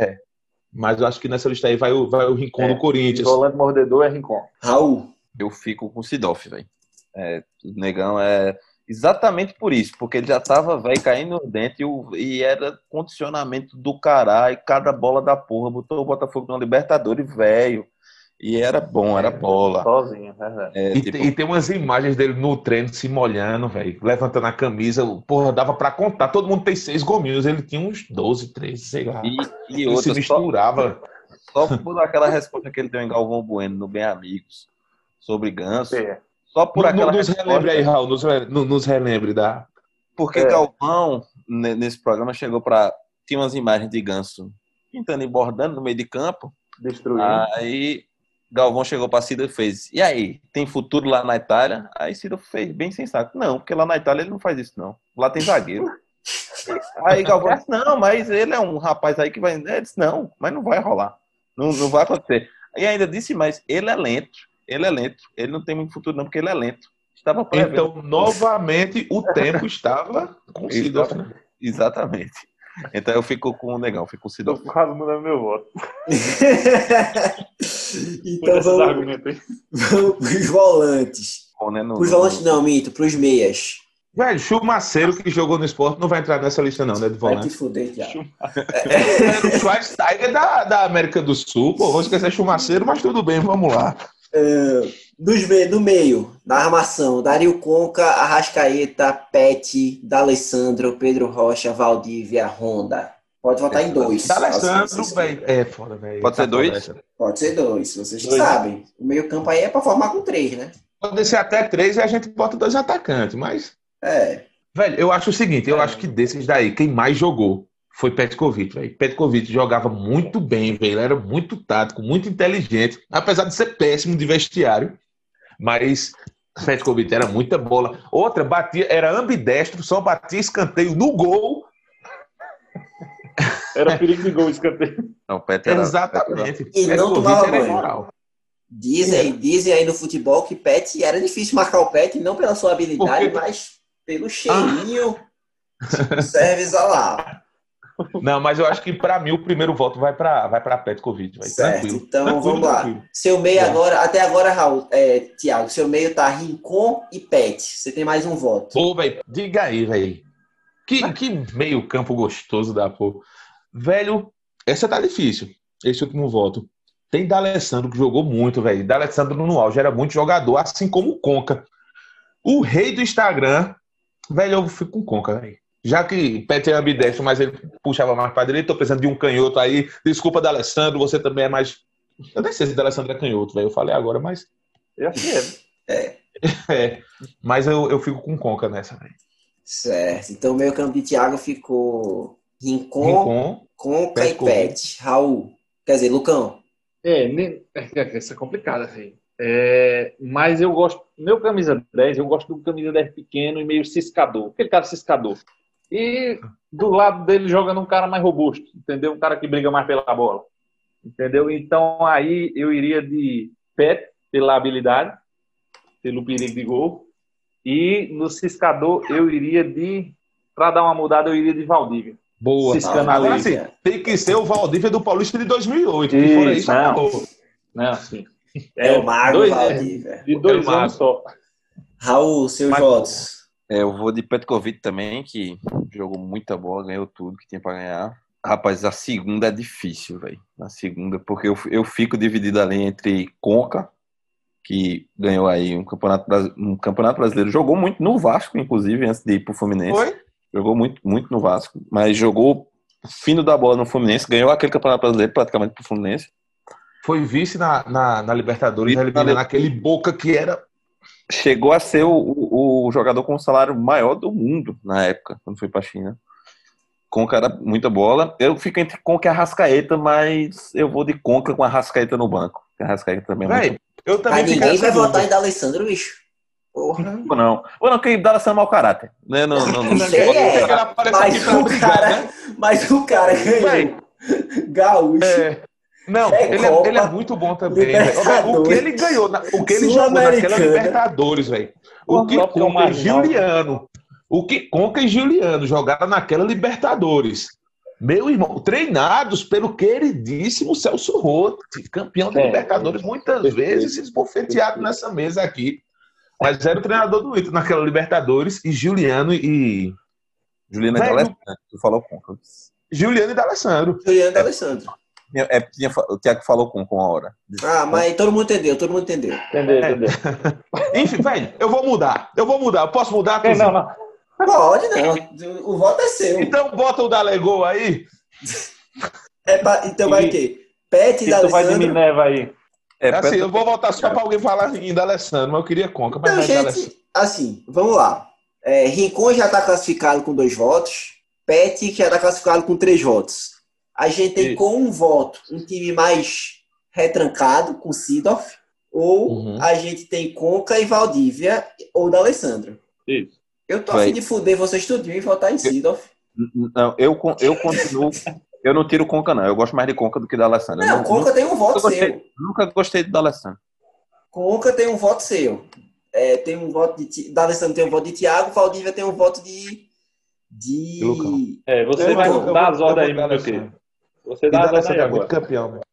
Mas eu acho que nessa lista aí vai o, vai o Rincon É, do Corinthians. Volante mordedor é Rincon. Raul, Eu fico com o Sidoff, velho. É, o Negão é exatamente por isso, porque ele já tava, velho, caindo no dente e, o- e era condicionamento do caralho, cada bola da porra, botou o Botafogo na Libertadores, velho. E era bom, era bola. Sozinho, é verdade. É, E, tipo, tem, e tem umas imagens dele no treino se molhando, velho, levantando a camisa. Porra, dava pra contar. Todo mundo tem seis gominhos, ele tinha uns doze, treze, sei lá. e, e Ele se outra, só, misturava. só por aquela resposta que ele deu em Galvão Bueno no Bem Amigos sobre Ganso, É. só por No- aquela nos resposta, relembre aí, Raul, nos, re- no- nos relembre da. porque É. Galvão, ne- nesse programa, chegou pra... Tinha umas imagens de Ganso pintando e bordando no meio de campo. Destruindo. Aí Galvão chegou pra Cida e fez: e aí, tem futuro lá na Itália? Aí Cida fez bem sensato: não, porque lá na Itália ele não faz isso, não. Lá tem zagueiro. Aí Galvão disse: não, mas ele é um rapaz aí que vai. Ele disse: não, mas não vai rolar. Não, não vai acontecer. E ainda disse: mas ele é lento. Ele é lento. Ele não tem muito futuro, não, porque ele é lento. Estava prevendo. Então, novamente, o tempo estava com o Seedorf, né? Exatamente. Então eu fico com o Negão, fico com o Tô Sidolfo. quase mudando meu voto. então Esses vamos, argumentos aí. vamos pros volantes. Né, no- Pros volantes não, Mito, pros meias. Velho, Chumaceiro que jogou no esporte não vai entrar nessa lista, não, né? De Vai te volante. fuder, Thiago. Era o Schweinsteiger da, da América do Sul, pô. Vou esquecer Chumaceiro, mas tudo bem, vamos lá. Dos me- no meio, na armação, Dario Conca, Arrascaeta, Pet, D'Alessandro, Pedro Rocha, Valdívia, Honda. Pode votar em dois. D'Alessandro, Assim, vocês velho. É foda, velho. Pode ser Tá dois? foda essa. Pode ser dois, vocês que Dois. sabem. O meio campo aí é pra formar com três, né? Pode ser até três e a gente bota dois atacantes, mas. É. Velho, eu acho o seguinte, eu acho que desses daí, quem mais jogou foi Petkovic, velho. Petkovic jogava muito bem, velho. Ele era muito tático, muito inteligente, apesar de ser péssimo de vestiário. Mas Petkovic era muita bola. Outra, batia, era ambidestro, só batia escanteio no gol. Era perigo de gol escanteio. Não, o Pet era, Exatamente. E não Petkovic tomava era banho. imoral. Dizem, dizem aí no futebol que Pet era difícil marcar o Pet, não pela sua habilidade, Porque- mas pelo cheirinho do serviço lá. Não, mas eu acho que pra mim o primeiro voto vai pra, vai pra Petkovic, velho. Certo, Tranquilo. então Tranquilo, vamos lá. tranquilo. Seu meio Vai. agora, até agora, Raul, é, Thiago, seu meio tá Rincon e Pet. Você tem mais um voto. Ô, velho, diga aí, velho. Que, que meio campo gostoso da porra. Velho, essa tá difícil. Esse último voto. Tem D'Alessandro que jogou muito, velho. D'Alessandro no auge era muito jogador, assim como o Conca. O rei do Instagram, velho, eu fico com o Conca, velho. Já que Pet é ambidestro, mas ele puxava mais pra direita, tô precisando de um canhoto aí. Desculpa, D'Alessandro, você também é mais... Eu nem sei se D'Alessandro é canhoto, velho. Eu falei agora, mas... Eu acho que é. É. Mas eu, eu fico com o Conca nessa, velho. Certo. Então o meio campo de Thiago ficou Rincon, Rincon, Conca e Petkovic. Pet. Raul. Quer dizer, Lucão. É, nem- é, isso é complicado, assim. É, mas eu gosto, meu camisa dez, eu gosto do camisa dez pequeno e meio ciscador. Aquele cara ciscador. E do lado dele jogando um cara mais robusto, entendeu? Um cara que briga mais pela bola. Entendeu? Então aí eu iria de Pet, pela habilidade, pelo perigo de gol. E no ciscador eu iria de, para dar uma mudada, eu iria de Valdívia. Boa. Ciscando Agora ali. sim, tem que ser o Valdívia do Paulista de dois mil e oito. Que Isso, fora isso, não. acabou. Não, assim. É, o Mago dois, Valdívia. de dois É o Mago. anos só. Raul, seus Mas- votos. É, eu vou de Petkovic também, que jogou muita bola, ganhou tudo que tinha pra ganhar. Rapaz, a segunda é difícil, velho. A segunda, porque eu, eu fico dividido ali entre Conca, que ganhou aí um campeonato, brasi- um campeonato brasileiro. Jogou muito no Vasco, inclusive, antes de ir pro Fluminense. Foi? Jogou muito, muito no Vasco, mas jogou fino da bola no Fluminense, ganhou aquele campeonato brasileiro praticamente pro Fluminense. Foi vice na, na, na Libertadores, Vice na eliminando Li- aquele Boca que era. Chegou a ser o, o, o jogador com o salário maior do mundo na época, quando foi pra China. Conca era muita bola. Eu fico entre Conca e Arrascaeta, mas eu vou de Conca com a Arrascaeta no banco. A Arrascaeta também é Véi, muito eu também Mas fiquei ninguém nessa vai dúvida. votar em D'Alessandro, bicho. Porra. bom, não. Ou não, que dá essa mau caráter. Né? Não, não, não. Isso aí é. Que ele aparece Mas aqui pra o brigar, cara, né? mas o cara ganhou. Véi, Gaúcho. é, não, É ele, é, Copa, ele é muito bom também. velho. Libertadores, O que ele ganhou, na- o que ele jogou naquela Sul-Americana. Libertadores, velho. O que Copa que é o Conca e marginal. Juliano, o que Conca e Juliano jogaram naquela Libertadores. Meu irmão, treinados pelo queridíssimo Celso Rotti, campeão da É. Libertadores, muitas vezes esbofeteado nessa mesa aqui. Mas era o treinador do Inter naquela Libertadores e Juliano e. Juliana Velho. D'Alessandro, tu falou Conca. Juliano e D'Alessandro. Juliano D'Alessandro. É, tinha, o Thiago falou com com a hora. Ah, mas todo mundo entendeu, todo mundo entendeu. Entendeu, entendeu? Enfim, velho, eu vou mudar. Eu vou mudar. Eu posso mudar? É, Tuzinho? não, não. Pode não, o voto é seu. Então bota o Dalegol aí. É pra- então vai E- o quê? Pet e E tu vai de D'Alessandro. Minerva aí. É, assim, Pet- eu vou voltar só pra alguém falar em D'Alessandro, mas eu queria Conca. Mas Então, vai D'Alessandro. gente, assim, vamos lá. É, Rincon já está classificado com dois votos. Pet já está classificado com três votos. A gente tem Isso. com um voto um time mais retrancado, com Sidorf. Ou Uhum. a gente tem Conca e Valdívia ou D'Alessandro. Isso. Eu tô Vai. afim de fuder vocês tudinho e votar em Sidorf. Não, eu, con- eu continuo. Eu não tiro Conca, não. Eu gosto mais de Conca do que da Alessandro. Não, Conca tem um voto nunca gostei, seu. nunca gostei da Alessandro. Conca tem um voto seu. É, tem um voto de Ti- D'Alessandro tem um voto de Thiago, Valdívia tem um voto de. De Lucão. De. É, você Eu vai vou- eu dar vou- as ordens eu aí, vou dar meu essa. querido. Você E dá as ordens D'Alessandro aí é muito agora. campeão, velho.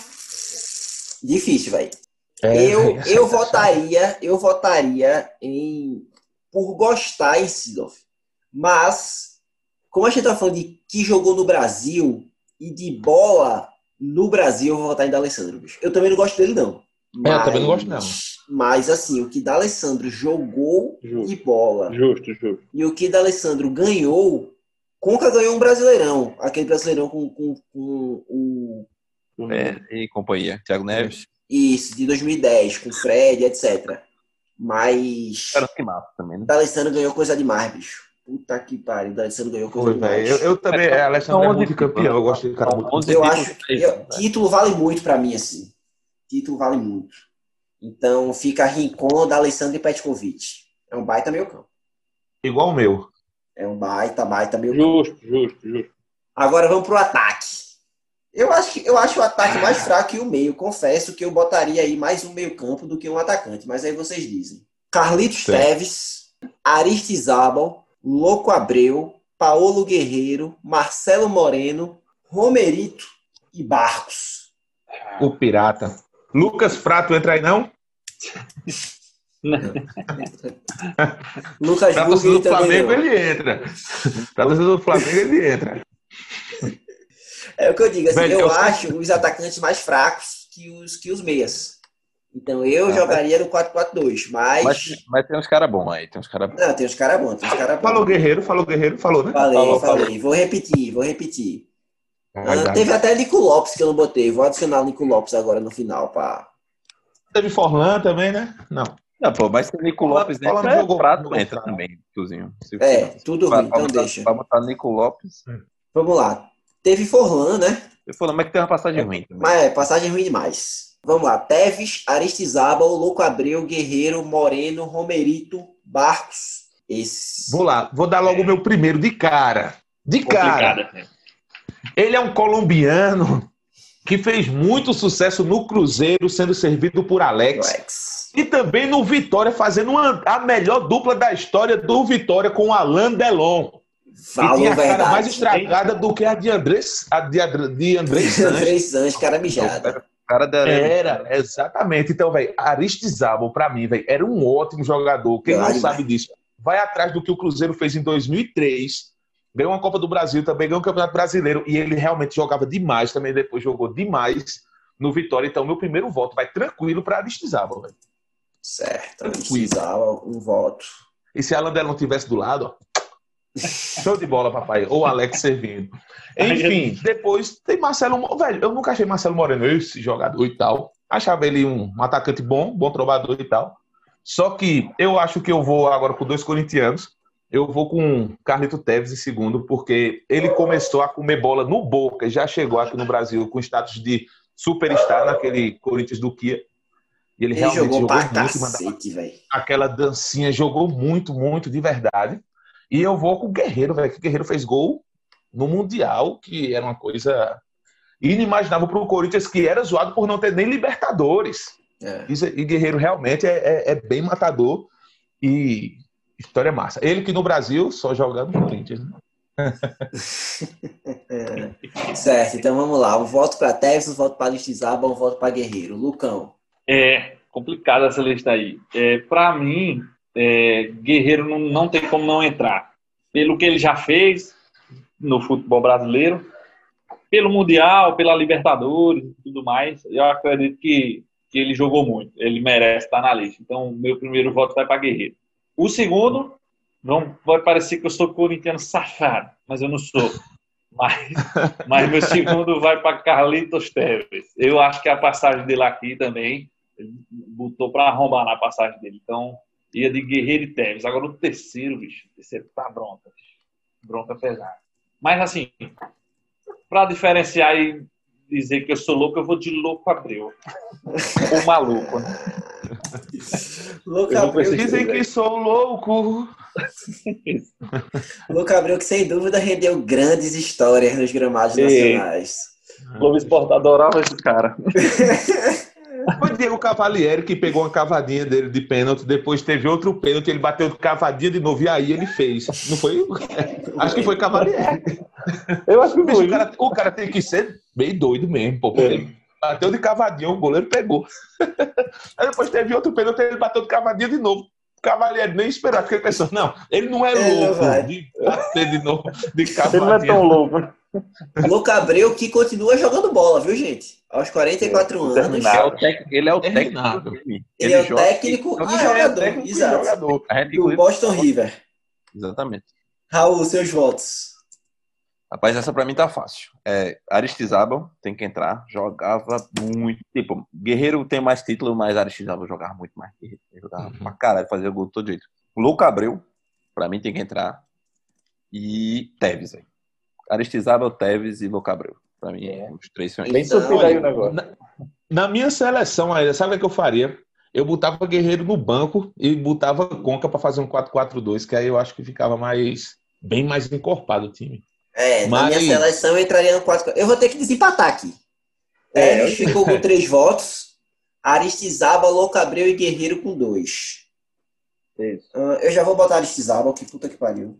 Difícil, velho. É, eu, velho, essa- eu essa- votaria, eu votaria em por gostar em Sidorf. Mas, como a gente tá falando de que jogou no Brasil e de bola no Brasil, eu vou votar em D'Alessandro, bicho. Eu também não gosto dele, não. É, eu também não gosto, não. Mas, assim, o que D'Alessandro jogou Justo. de bola Justo, justo. e o que D'Alessandro ganhou, Conca ganhou um Brasileirão. Aquele Brasileirão com, com, com o... É, e companhia. Thiago Neves. Isso, de dois mil e dez, com Fred, etcétera. Mas... Era que massa também, né? D'Alessandro ganhou coisa demais, bicho. Puta que pariu, D'Alessandro ganhou coisa Foi, demais. velho. Eu, eu também, é, Alessandro é Onde- muito campeão. Eu gosto de cara muito. onze Eu títulos, acho que três, eu- né? título vale muito pra mim, assim. Título vale muito. Então fica Rincon, D'Alessandro e Petkovic. É um baita meio campo. Igual o meu. É um baita, baita meio campo. Justo, justo, justo. Agora vamos pro ataque. Eu acho, que- eu acho o ataque mais fraco que o meio. Confesso que eu botaria aí mais um meio campo do que um atacante. Mas aí vocês dizem. Carlitos Certo. Teves, Aristizábal, Louco Abreu, Paolo Guerreiro, Marcelo Moreno, Romerito e Barcos. O Pirata. Lucas Prato entra aí, não? Lucas Pra Burger torcida do também Flamengo, não. ele entra. Pra torcida do Flamengo, ele entra. É o que eu digo, assim, Velho, eu eu- acho os atacantes mais fracos que os, que os meias. Então eu jogaria no quatro quatro dois, mas... Mas, mas tem uns caras bons aí. Tem uns caras bons. Não, tem uns caras bons, tem uns caras bons. Falou Guerreiro, falou Guerreiro, falou, né? Falei, falou, falei. Vou repetir, vou repetir. Vai, Ah, vai. teve até Nico Lopes que eu não botei. Vou adicionar o Nico Lopes agora no final. Pra... Teve Forlan também, né? Não. Não, pô, mas se o Nico Fala- Lopes fala entra, no é jogo- prato no entra jogo. também, Tuzinho. Se É, for- tudo pra- ruim, pra então botar- deixa. Pra botar Nico Lopes. Vamos lá. Teve Forlan, né? Eu falo, mas que tem uma passagem ruim também. Mas é, passagem ruim demais. Vamos lá. Teves, Aristizábal, Louco Abreu, Guerreiro, Moreno, Romerito, Barcos. Esse. Vou lá, vou dar logo o meu primeiro de cara. De cara. Complicada. né? Ele é um colombiano que fez muito sucesso no Cruzeiro, sendo servido por Alex. Alex. E também no Vitória, fazendo uma- a melhor dupla da história do Vitória com o Alain Delon. Que Falou tinha a cara verdade. mais estragada do que a de Andrés, a de, Adr- de Andrés Sanches. Três anos, cara mijado. Cara da Era, exatamente. Então, velho, Aristizábal, pra mim, velho, era um ótimo jogador. Quem não Vai, sabe vai. disso, vai atrás do que o Cruzeiro fez em dois mil e três. Ganhou uma Copa do Brasil, também ganhou um Campeonato Brasileiro. E ele realmente jogava demais, também depois jogou demais no Vitória. Então, meu primeiro voto vai tranquilo pra Aristizábal, velho. Certo. Aristizábal, um voto. E se a Alan Delon tivesse do lado, ó. Show de bola, papai. Ou Alex servindo. Enfim, depois tem Marcelo Mo- velho, eu nunca achei Marcelo Moreno esse jogador e tal. Achava ele um atacante bom, bom trovador e tal. Só que eu acho que eu vou agora com dois corintianos. Eu vou com Carlito Tevez em segundo, porque ele começou a comer bola no Boca e já chegou aqui no Brasil com status de superstar naquele Corinthians do Kia. E ele, Ele realmente jogou jogou, pra muito, mandava cacete, velho. aquela dancinha, jogou muito, muito de verdade. E eu vou com o Guerreiro, velho, que o Guerreiro fez gol no Mundial, que era uma coisa inimaginável para o Corinthians, que era zoado por não ter nem Libertadores. É. Isso- E Guerreiro realmente é, é- é bem matador e história massa. Ele que no Brasil só jogando no Corinthians. Né? É. Certo, então vamos lá. Um voto pra Teves, um voto pra Aristizábal, um voto pra Guerreiro. Lucão. É complicada essa lista aí. É, para mim, é, Guerreiro não, não tem como não entrar. Pelo que ele já fez no futebol brasileiro, pelo Mundial, pela Libertadores e tudo mais, eu acredito que, que ele jogou muito. Ele merece estar na lista. Então, meu primeiro voto vai para Guerreiro. O segundo, não vai parecer que eu sou corintiano safado, mas eu não sou. Mas, mas meu segundo vai para Carlitos Tevez. Eu acho que a passagem dele aqui também, ele botou para arrombar na passagem dele. Então, ia de Guerreiro e Tevez. Agora o terceiro, bicho, o terceiro tá bronca. Bronca pesada. Mas assim, para diferenciar e dizer que eu sou louco, eu vou de Louco Abreu. Ou maluco, né? Louco Eu não Abreu, preciso- Dizem que sou louco. Louco Abreu, que sem dúvida rendeu grandes histórias nos gramados Ei. nacionais. Globo Esporte adorava esse cara. Foi Diego Cavalieri que pegou uma cavadinha dele de pênalti, depois teve outro pênalti, ele bateu de cavadinha de novo e aí ele fez. Não foi? Acho que foi Cavalieri. Eu acho que Bicho, foi. o, cara, o cara tem que ser bem doido mesmo, pô. Porque ele bateu de cavadinha, o goleiro pegou. Aí depois teve outro pênalti, ele bateu de cavadinha de novo. O Cavalieri nem esperou, porque ele pensou, não, ele não é Ele não louco vai. de bater de novo de Ele não é cavadinha. tão louco, né? Louco Abreu, que continua jogando bola, viu, gente? Aos quarenta e quatro anos. terminado. É o tec- Ele é o técnico Terminado. do time. Ele é o joga- técnico Ah, e é, jogador. técnico e Exato. jogador. A gente, Do inclusive, Boston River. Exatamente. Raul, seus votos. Rapaz, essa pra mim tá fácil. É, Aristizábal tem que entrar. Jogava muito. Tipo, Guerreiro tem mais título, mas Aristizábal jogava muito mais. Ele jogava pra caralho, fazia gol de todo jeito. Louco Abreu, pra mim tem que entrar. E Tevez, velho. Aristizábal, Tevez e Louco Abreu. Pra mim, É. os três são Bem esses. sofrido aí o negócio. Na, na minha seleção ainda, sabe o que eu faria? Eu botava Guerreiro no banco e botava Conca pra fazer um quatro quatro dois, que aí eu acho que ficava mais bem mais encorpado o time. É, na Mas- minha seleção eu entraria no quatro. Eu vou ter que desempatar aqui. É, Teves ficou com três votos. Aristizábal, Louco Abreu e Guerreiro com dois. Isso. Ah, eu já vou botar Aristizábal, que puta que pariu.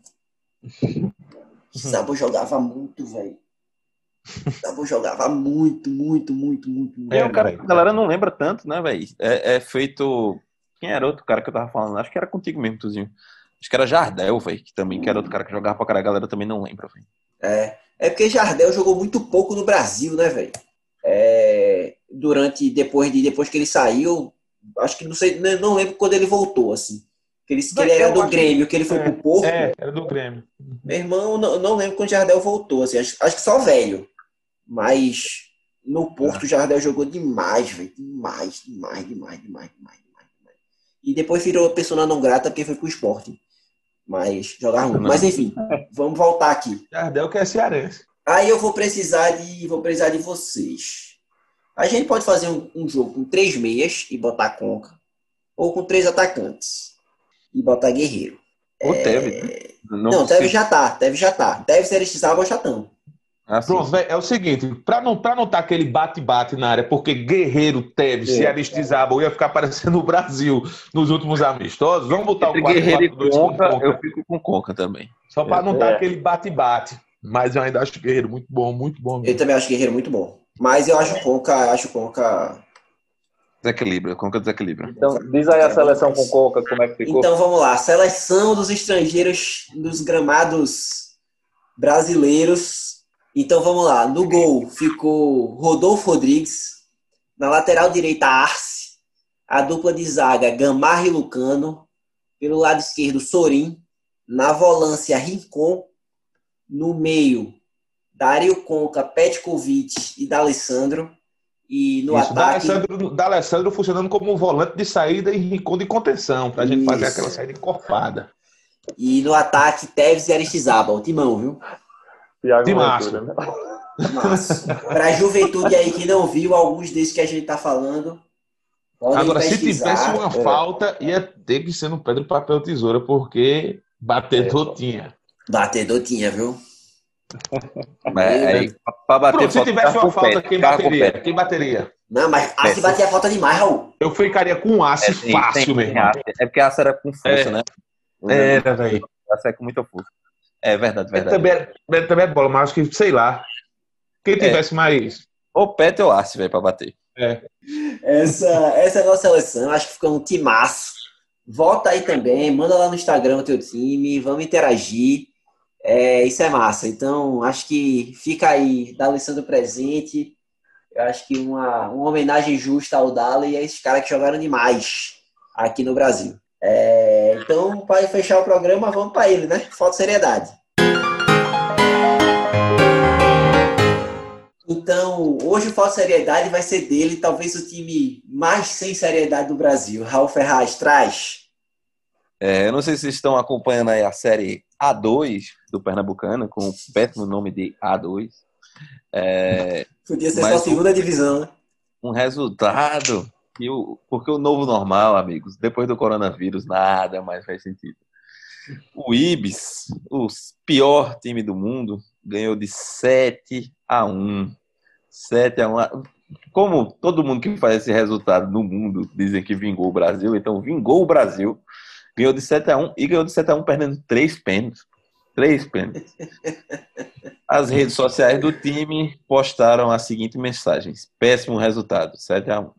Aristizábal jogava muito, velho. Aristizábal jogava muito, muito, muito, muito, muito. É, o cara, velho. a galera não lembra tanto, né, velho? É, é feito. Quem era outro cara que eu tava falando? Acho que era contigo mesmo, Tuzinho. Acho que era Jardel, velho, que também, que era outro cara que jogava pra caralho, a galera também não lembra, velho. É, é porque Jardel jogou muito pouco no Brasil, né, velho? É, durante, depois, de, depois que ele saiu, acho que não sei, não- não lembro quando ele voltou, assim. Que ele, que ele Velho, era eu do acho- Grêmio, que ele foi é, pro Porto. É, era do Grêmio. Meu irmão, não, não lembro quando Jardel voltou, assim, acho, acho que só velho. Mas no Porto, Jardel jogou demais, velho. Demais, demais, demais, demais, demais, demais, demais. e depois virou persona não grata porque foi pro Sport. Mas jogava muito. Mas enfim, vamos voltar aqui. Jardel que é cearense. Aí eu vou precisar de, vou precisar de vocês. A gente pode fazer um, um jogo com três meias e botar Conca, ou com três atacantes e botar Guerreiro. Ou é... Teve. Não, não Teve já tá, Teve já tá. Teve se Aristizábal já estão. Ah, Pronto, véio, é o seguinte, pra não, pra não tá aquele bate-bate na área, porque Guerreiro, Tevez e Aristizábal ia ficar parecendo o Brasil nos últimos amistosos, vamos botar o quatro quatro dois com Conca. Eu fico com Conca também. Só pra não é. tá É. aquele bate-bate. Mas eu ainda acho o Guerreiro muito bom, muito bom. Mesmo. Eu também acho o Guerreiro muito bom. Mas eu acho o Conca, acho o Conca... Desequilibra, Conca desequilibra. Então, diz aí a seleção com Conca, como é que ficou? Então vamos lá, seleção dos estrangeiros dos gramados brasileiros. Então vamos lá, no gol ficou Rodolfo Rodrigues, na lateral direita Arce, a dupla de zaga Gamarra e Lucano, pelo lado esquerdo Sorin, na volância Rincon, no meio Dário Conca, Petkovic e D'Alessandro, e no Isso, ataque... D'Alessandro, D'Alessandro funcionando como um volante de saída e Rincon de contenção, pra gente Isso. fazer aquela saída encorpada. E no ataque Tevez e Aristizábal, timão, viu? De março. Né? Mas, pra juventude aí que não viu alguns desses que a gente tá falando, podem Agora, pesquisar. se tivesse uma é. falta, ia ter que ser no pedra, papel, tesoura, porque batedor é, tinha. Batedor tinha, viu? Mas, aí, pra bater Pronto, se falta, tivesse uma falta, pé, quem bateria? Quem bateria? Não, mas Arce batia a falta demais, Raul. Eu ficaria com um Arce é, sim, fácil, tem, meu irmão. Arce. É porque a Arce era com força, é. né? Era, velho. A Arce é com muita força. É verdade, verdade. Ele também, ele também é bola, mas acho que, sei lá, quem tivesse é. mais... Ou Pet ou Arce, velho, pra bater. É. Essa, essa é a nossa seleção, acho que ficou um timaço. Volta aí também, manda lá no Instagram o teu time, vamos interagir. É, isso é massa. Então, acho que fica aí, D'Alessandro presente. Eu acho que uma, uma homenagem justa ao Dali e a esses caras que jogaram demais aqui no Brasil. É, então, para fechar o programa, vamos para ele, né? Falta seriedade. Então, hoje o Falta Seriedade vai ser dele, talvez o time mais sem seriedade do Brasil. Raul Ferraz, traz. É, eu não sei se vocês estão acompanhando aí a série A dois do Pernambucano, com o péssimo nome de A dois. É, Podia ser só a segunda um, divisão, né? Um resultado, que o, porque o novo normal, amigos, depois do coronavírus, nada mais faz sentido. O Ibis, o pior time do mundo, ganhou de sete a um. sete a um. Como todo mundo que faz esse resultado no mundo dizem que vingou o Brasil, então vingou o Brasil. Ganhou de sete a um e ganhou de sete a um perdendo três pênaltis. Três pênaltis. As redes sociais do time postaram as seguintes mensagens. Péssimo resultado, sete a um.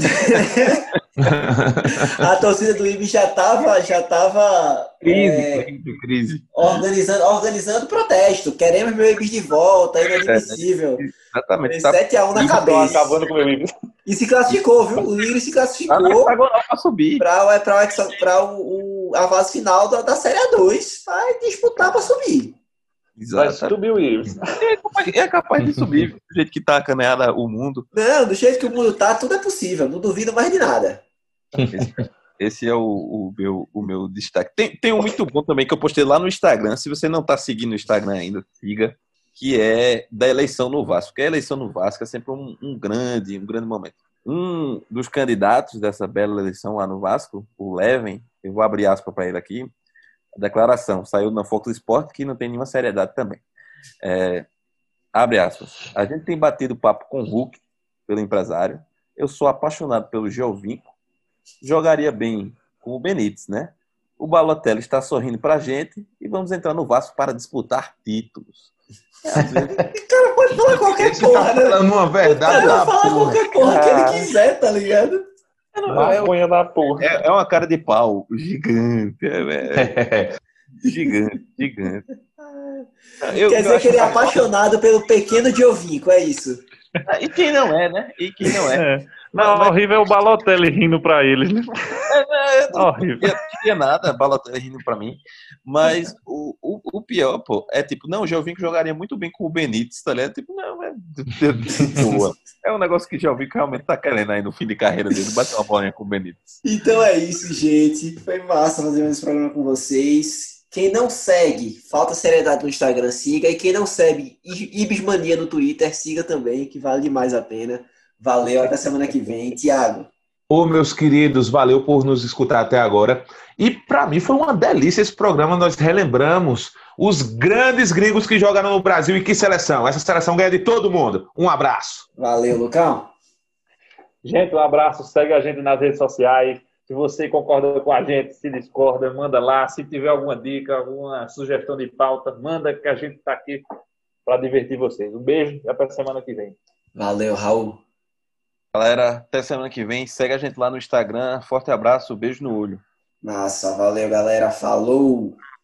A torcida do Ibis já estava já tava, crise, é, crise, crise. Organizando, organizando protesto. Queremos meu Ibis de volta, é inadmissível. É, exatamente. sete a um na cabeça. Acabando com o meu Ibis. E se classificou, viu? O Lírio se classificou para subir. Para para o, o, a fase final da, da Série A dois. Vai disputar para subir. Vai subir o Ibis. É capaz, é capaz de subir, do jeito que tá a caneada o mundo. Não, do jeito que o mundo tá, tudo é possível. Não duvido mais de nada. Esse, esse é o, o, meu, o meu destaque. Tem, tem um muito bom também que eu postei lá no Instagram. Se você não tá seguindo o Instagram ainda, siga. Que é da eleição no Vasco. Porque a eleição no Vasco é sempre um, um grande, um grande momento. Um dos candidatos dessa bela eleição lá no Vasco, o Leven, eu vou abrir aspas para ele aqui, a declaração saiu na Fox Sport, que não tem nenhuma seriedade também. É, abre aspas. A gente tem batido papo com o Hulk, pelo empresário. Eu sou apaixonado pelo Giovinco. Jogaria bem com o Benítez, né? O Balotelli está sorrindo pra gente e vamos entrar no Vasco para disputar títulos. É, vezes... O cara pode falar qualquer Esse porra, tá né? falando uma verdade. O cara pode falar porra. qualquer porra que ele quiser, tá ligado? Maconha da porra. É, é uma cara de pau gigante. É, é. Gigante, gigante. Eu, Quer dizer que ele é apaixonado pelo pequeno Giovinco, é isso? E quem não é, né? E quem não é. é. Não, mas... horrível é o Balotelli rindo pra ele. Né? É, é, eu não horrível. Não queria nada, Balotelli rindo pra mim. Mas o, o, o pior, pô, é tipo, não, o Gelvinho jogaria muito bem com o Benítez, tá ligado? Tipo, não, é. Boa. É um negócio que o Gelvinho realmente tá querendo aí no fim de carreira dele, bater uma bolinha com o Benítez. Então é isso, gente. Foi massa fazer esse programa com vocês. Quem não segue, Falta Seriedade no Instagram, siga. E quem não segue Ibismania no Twitter, siga também, que vale demais a pena. Valeu, até semana que vem. Tiago. Ô, meus queridos, valeu por nos escutar até agora. E para mim foi uma delícia esse programa. Nós relembramos os grandes gringos que jogaram no Brasil e que seleção. Essa seleção ganha de todo mundo. Um abraço. Valeu, Lucão. Gente, um abraço. Segue a gente nas redes sociais. Se você concorda com a gente, se discorda, manda lá. Se tiver alguma dica, alguma sugestão de pauta, manda que a gente está aqui para divertir vocês. Um beijo e até semana que vem. Valeu, Raul. Galera, até semana que vem. Segue a gente lá no Instagram. Forte abraço, beijo no olho. Massa, valeu, galera. Falou!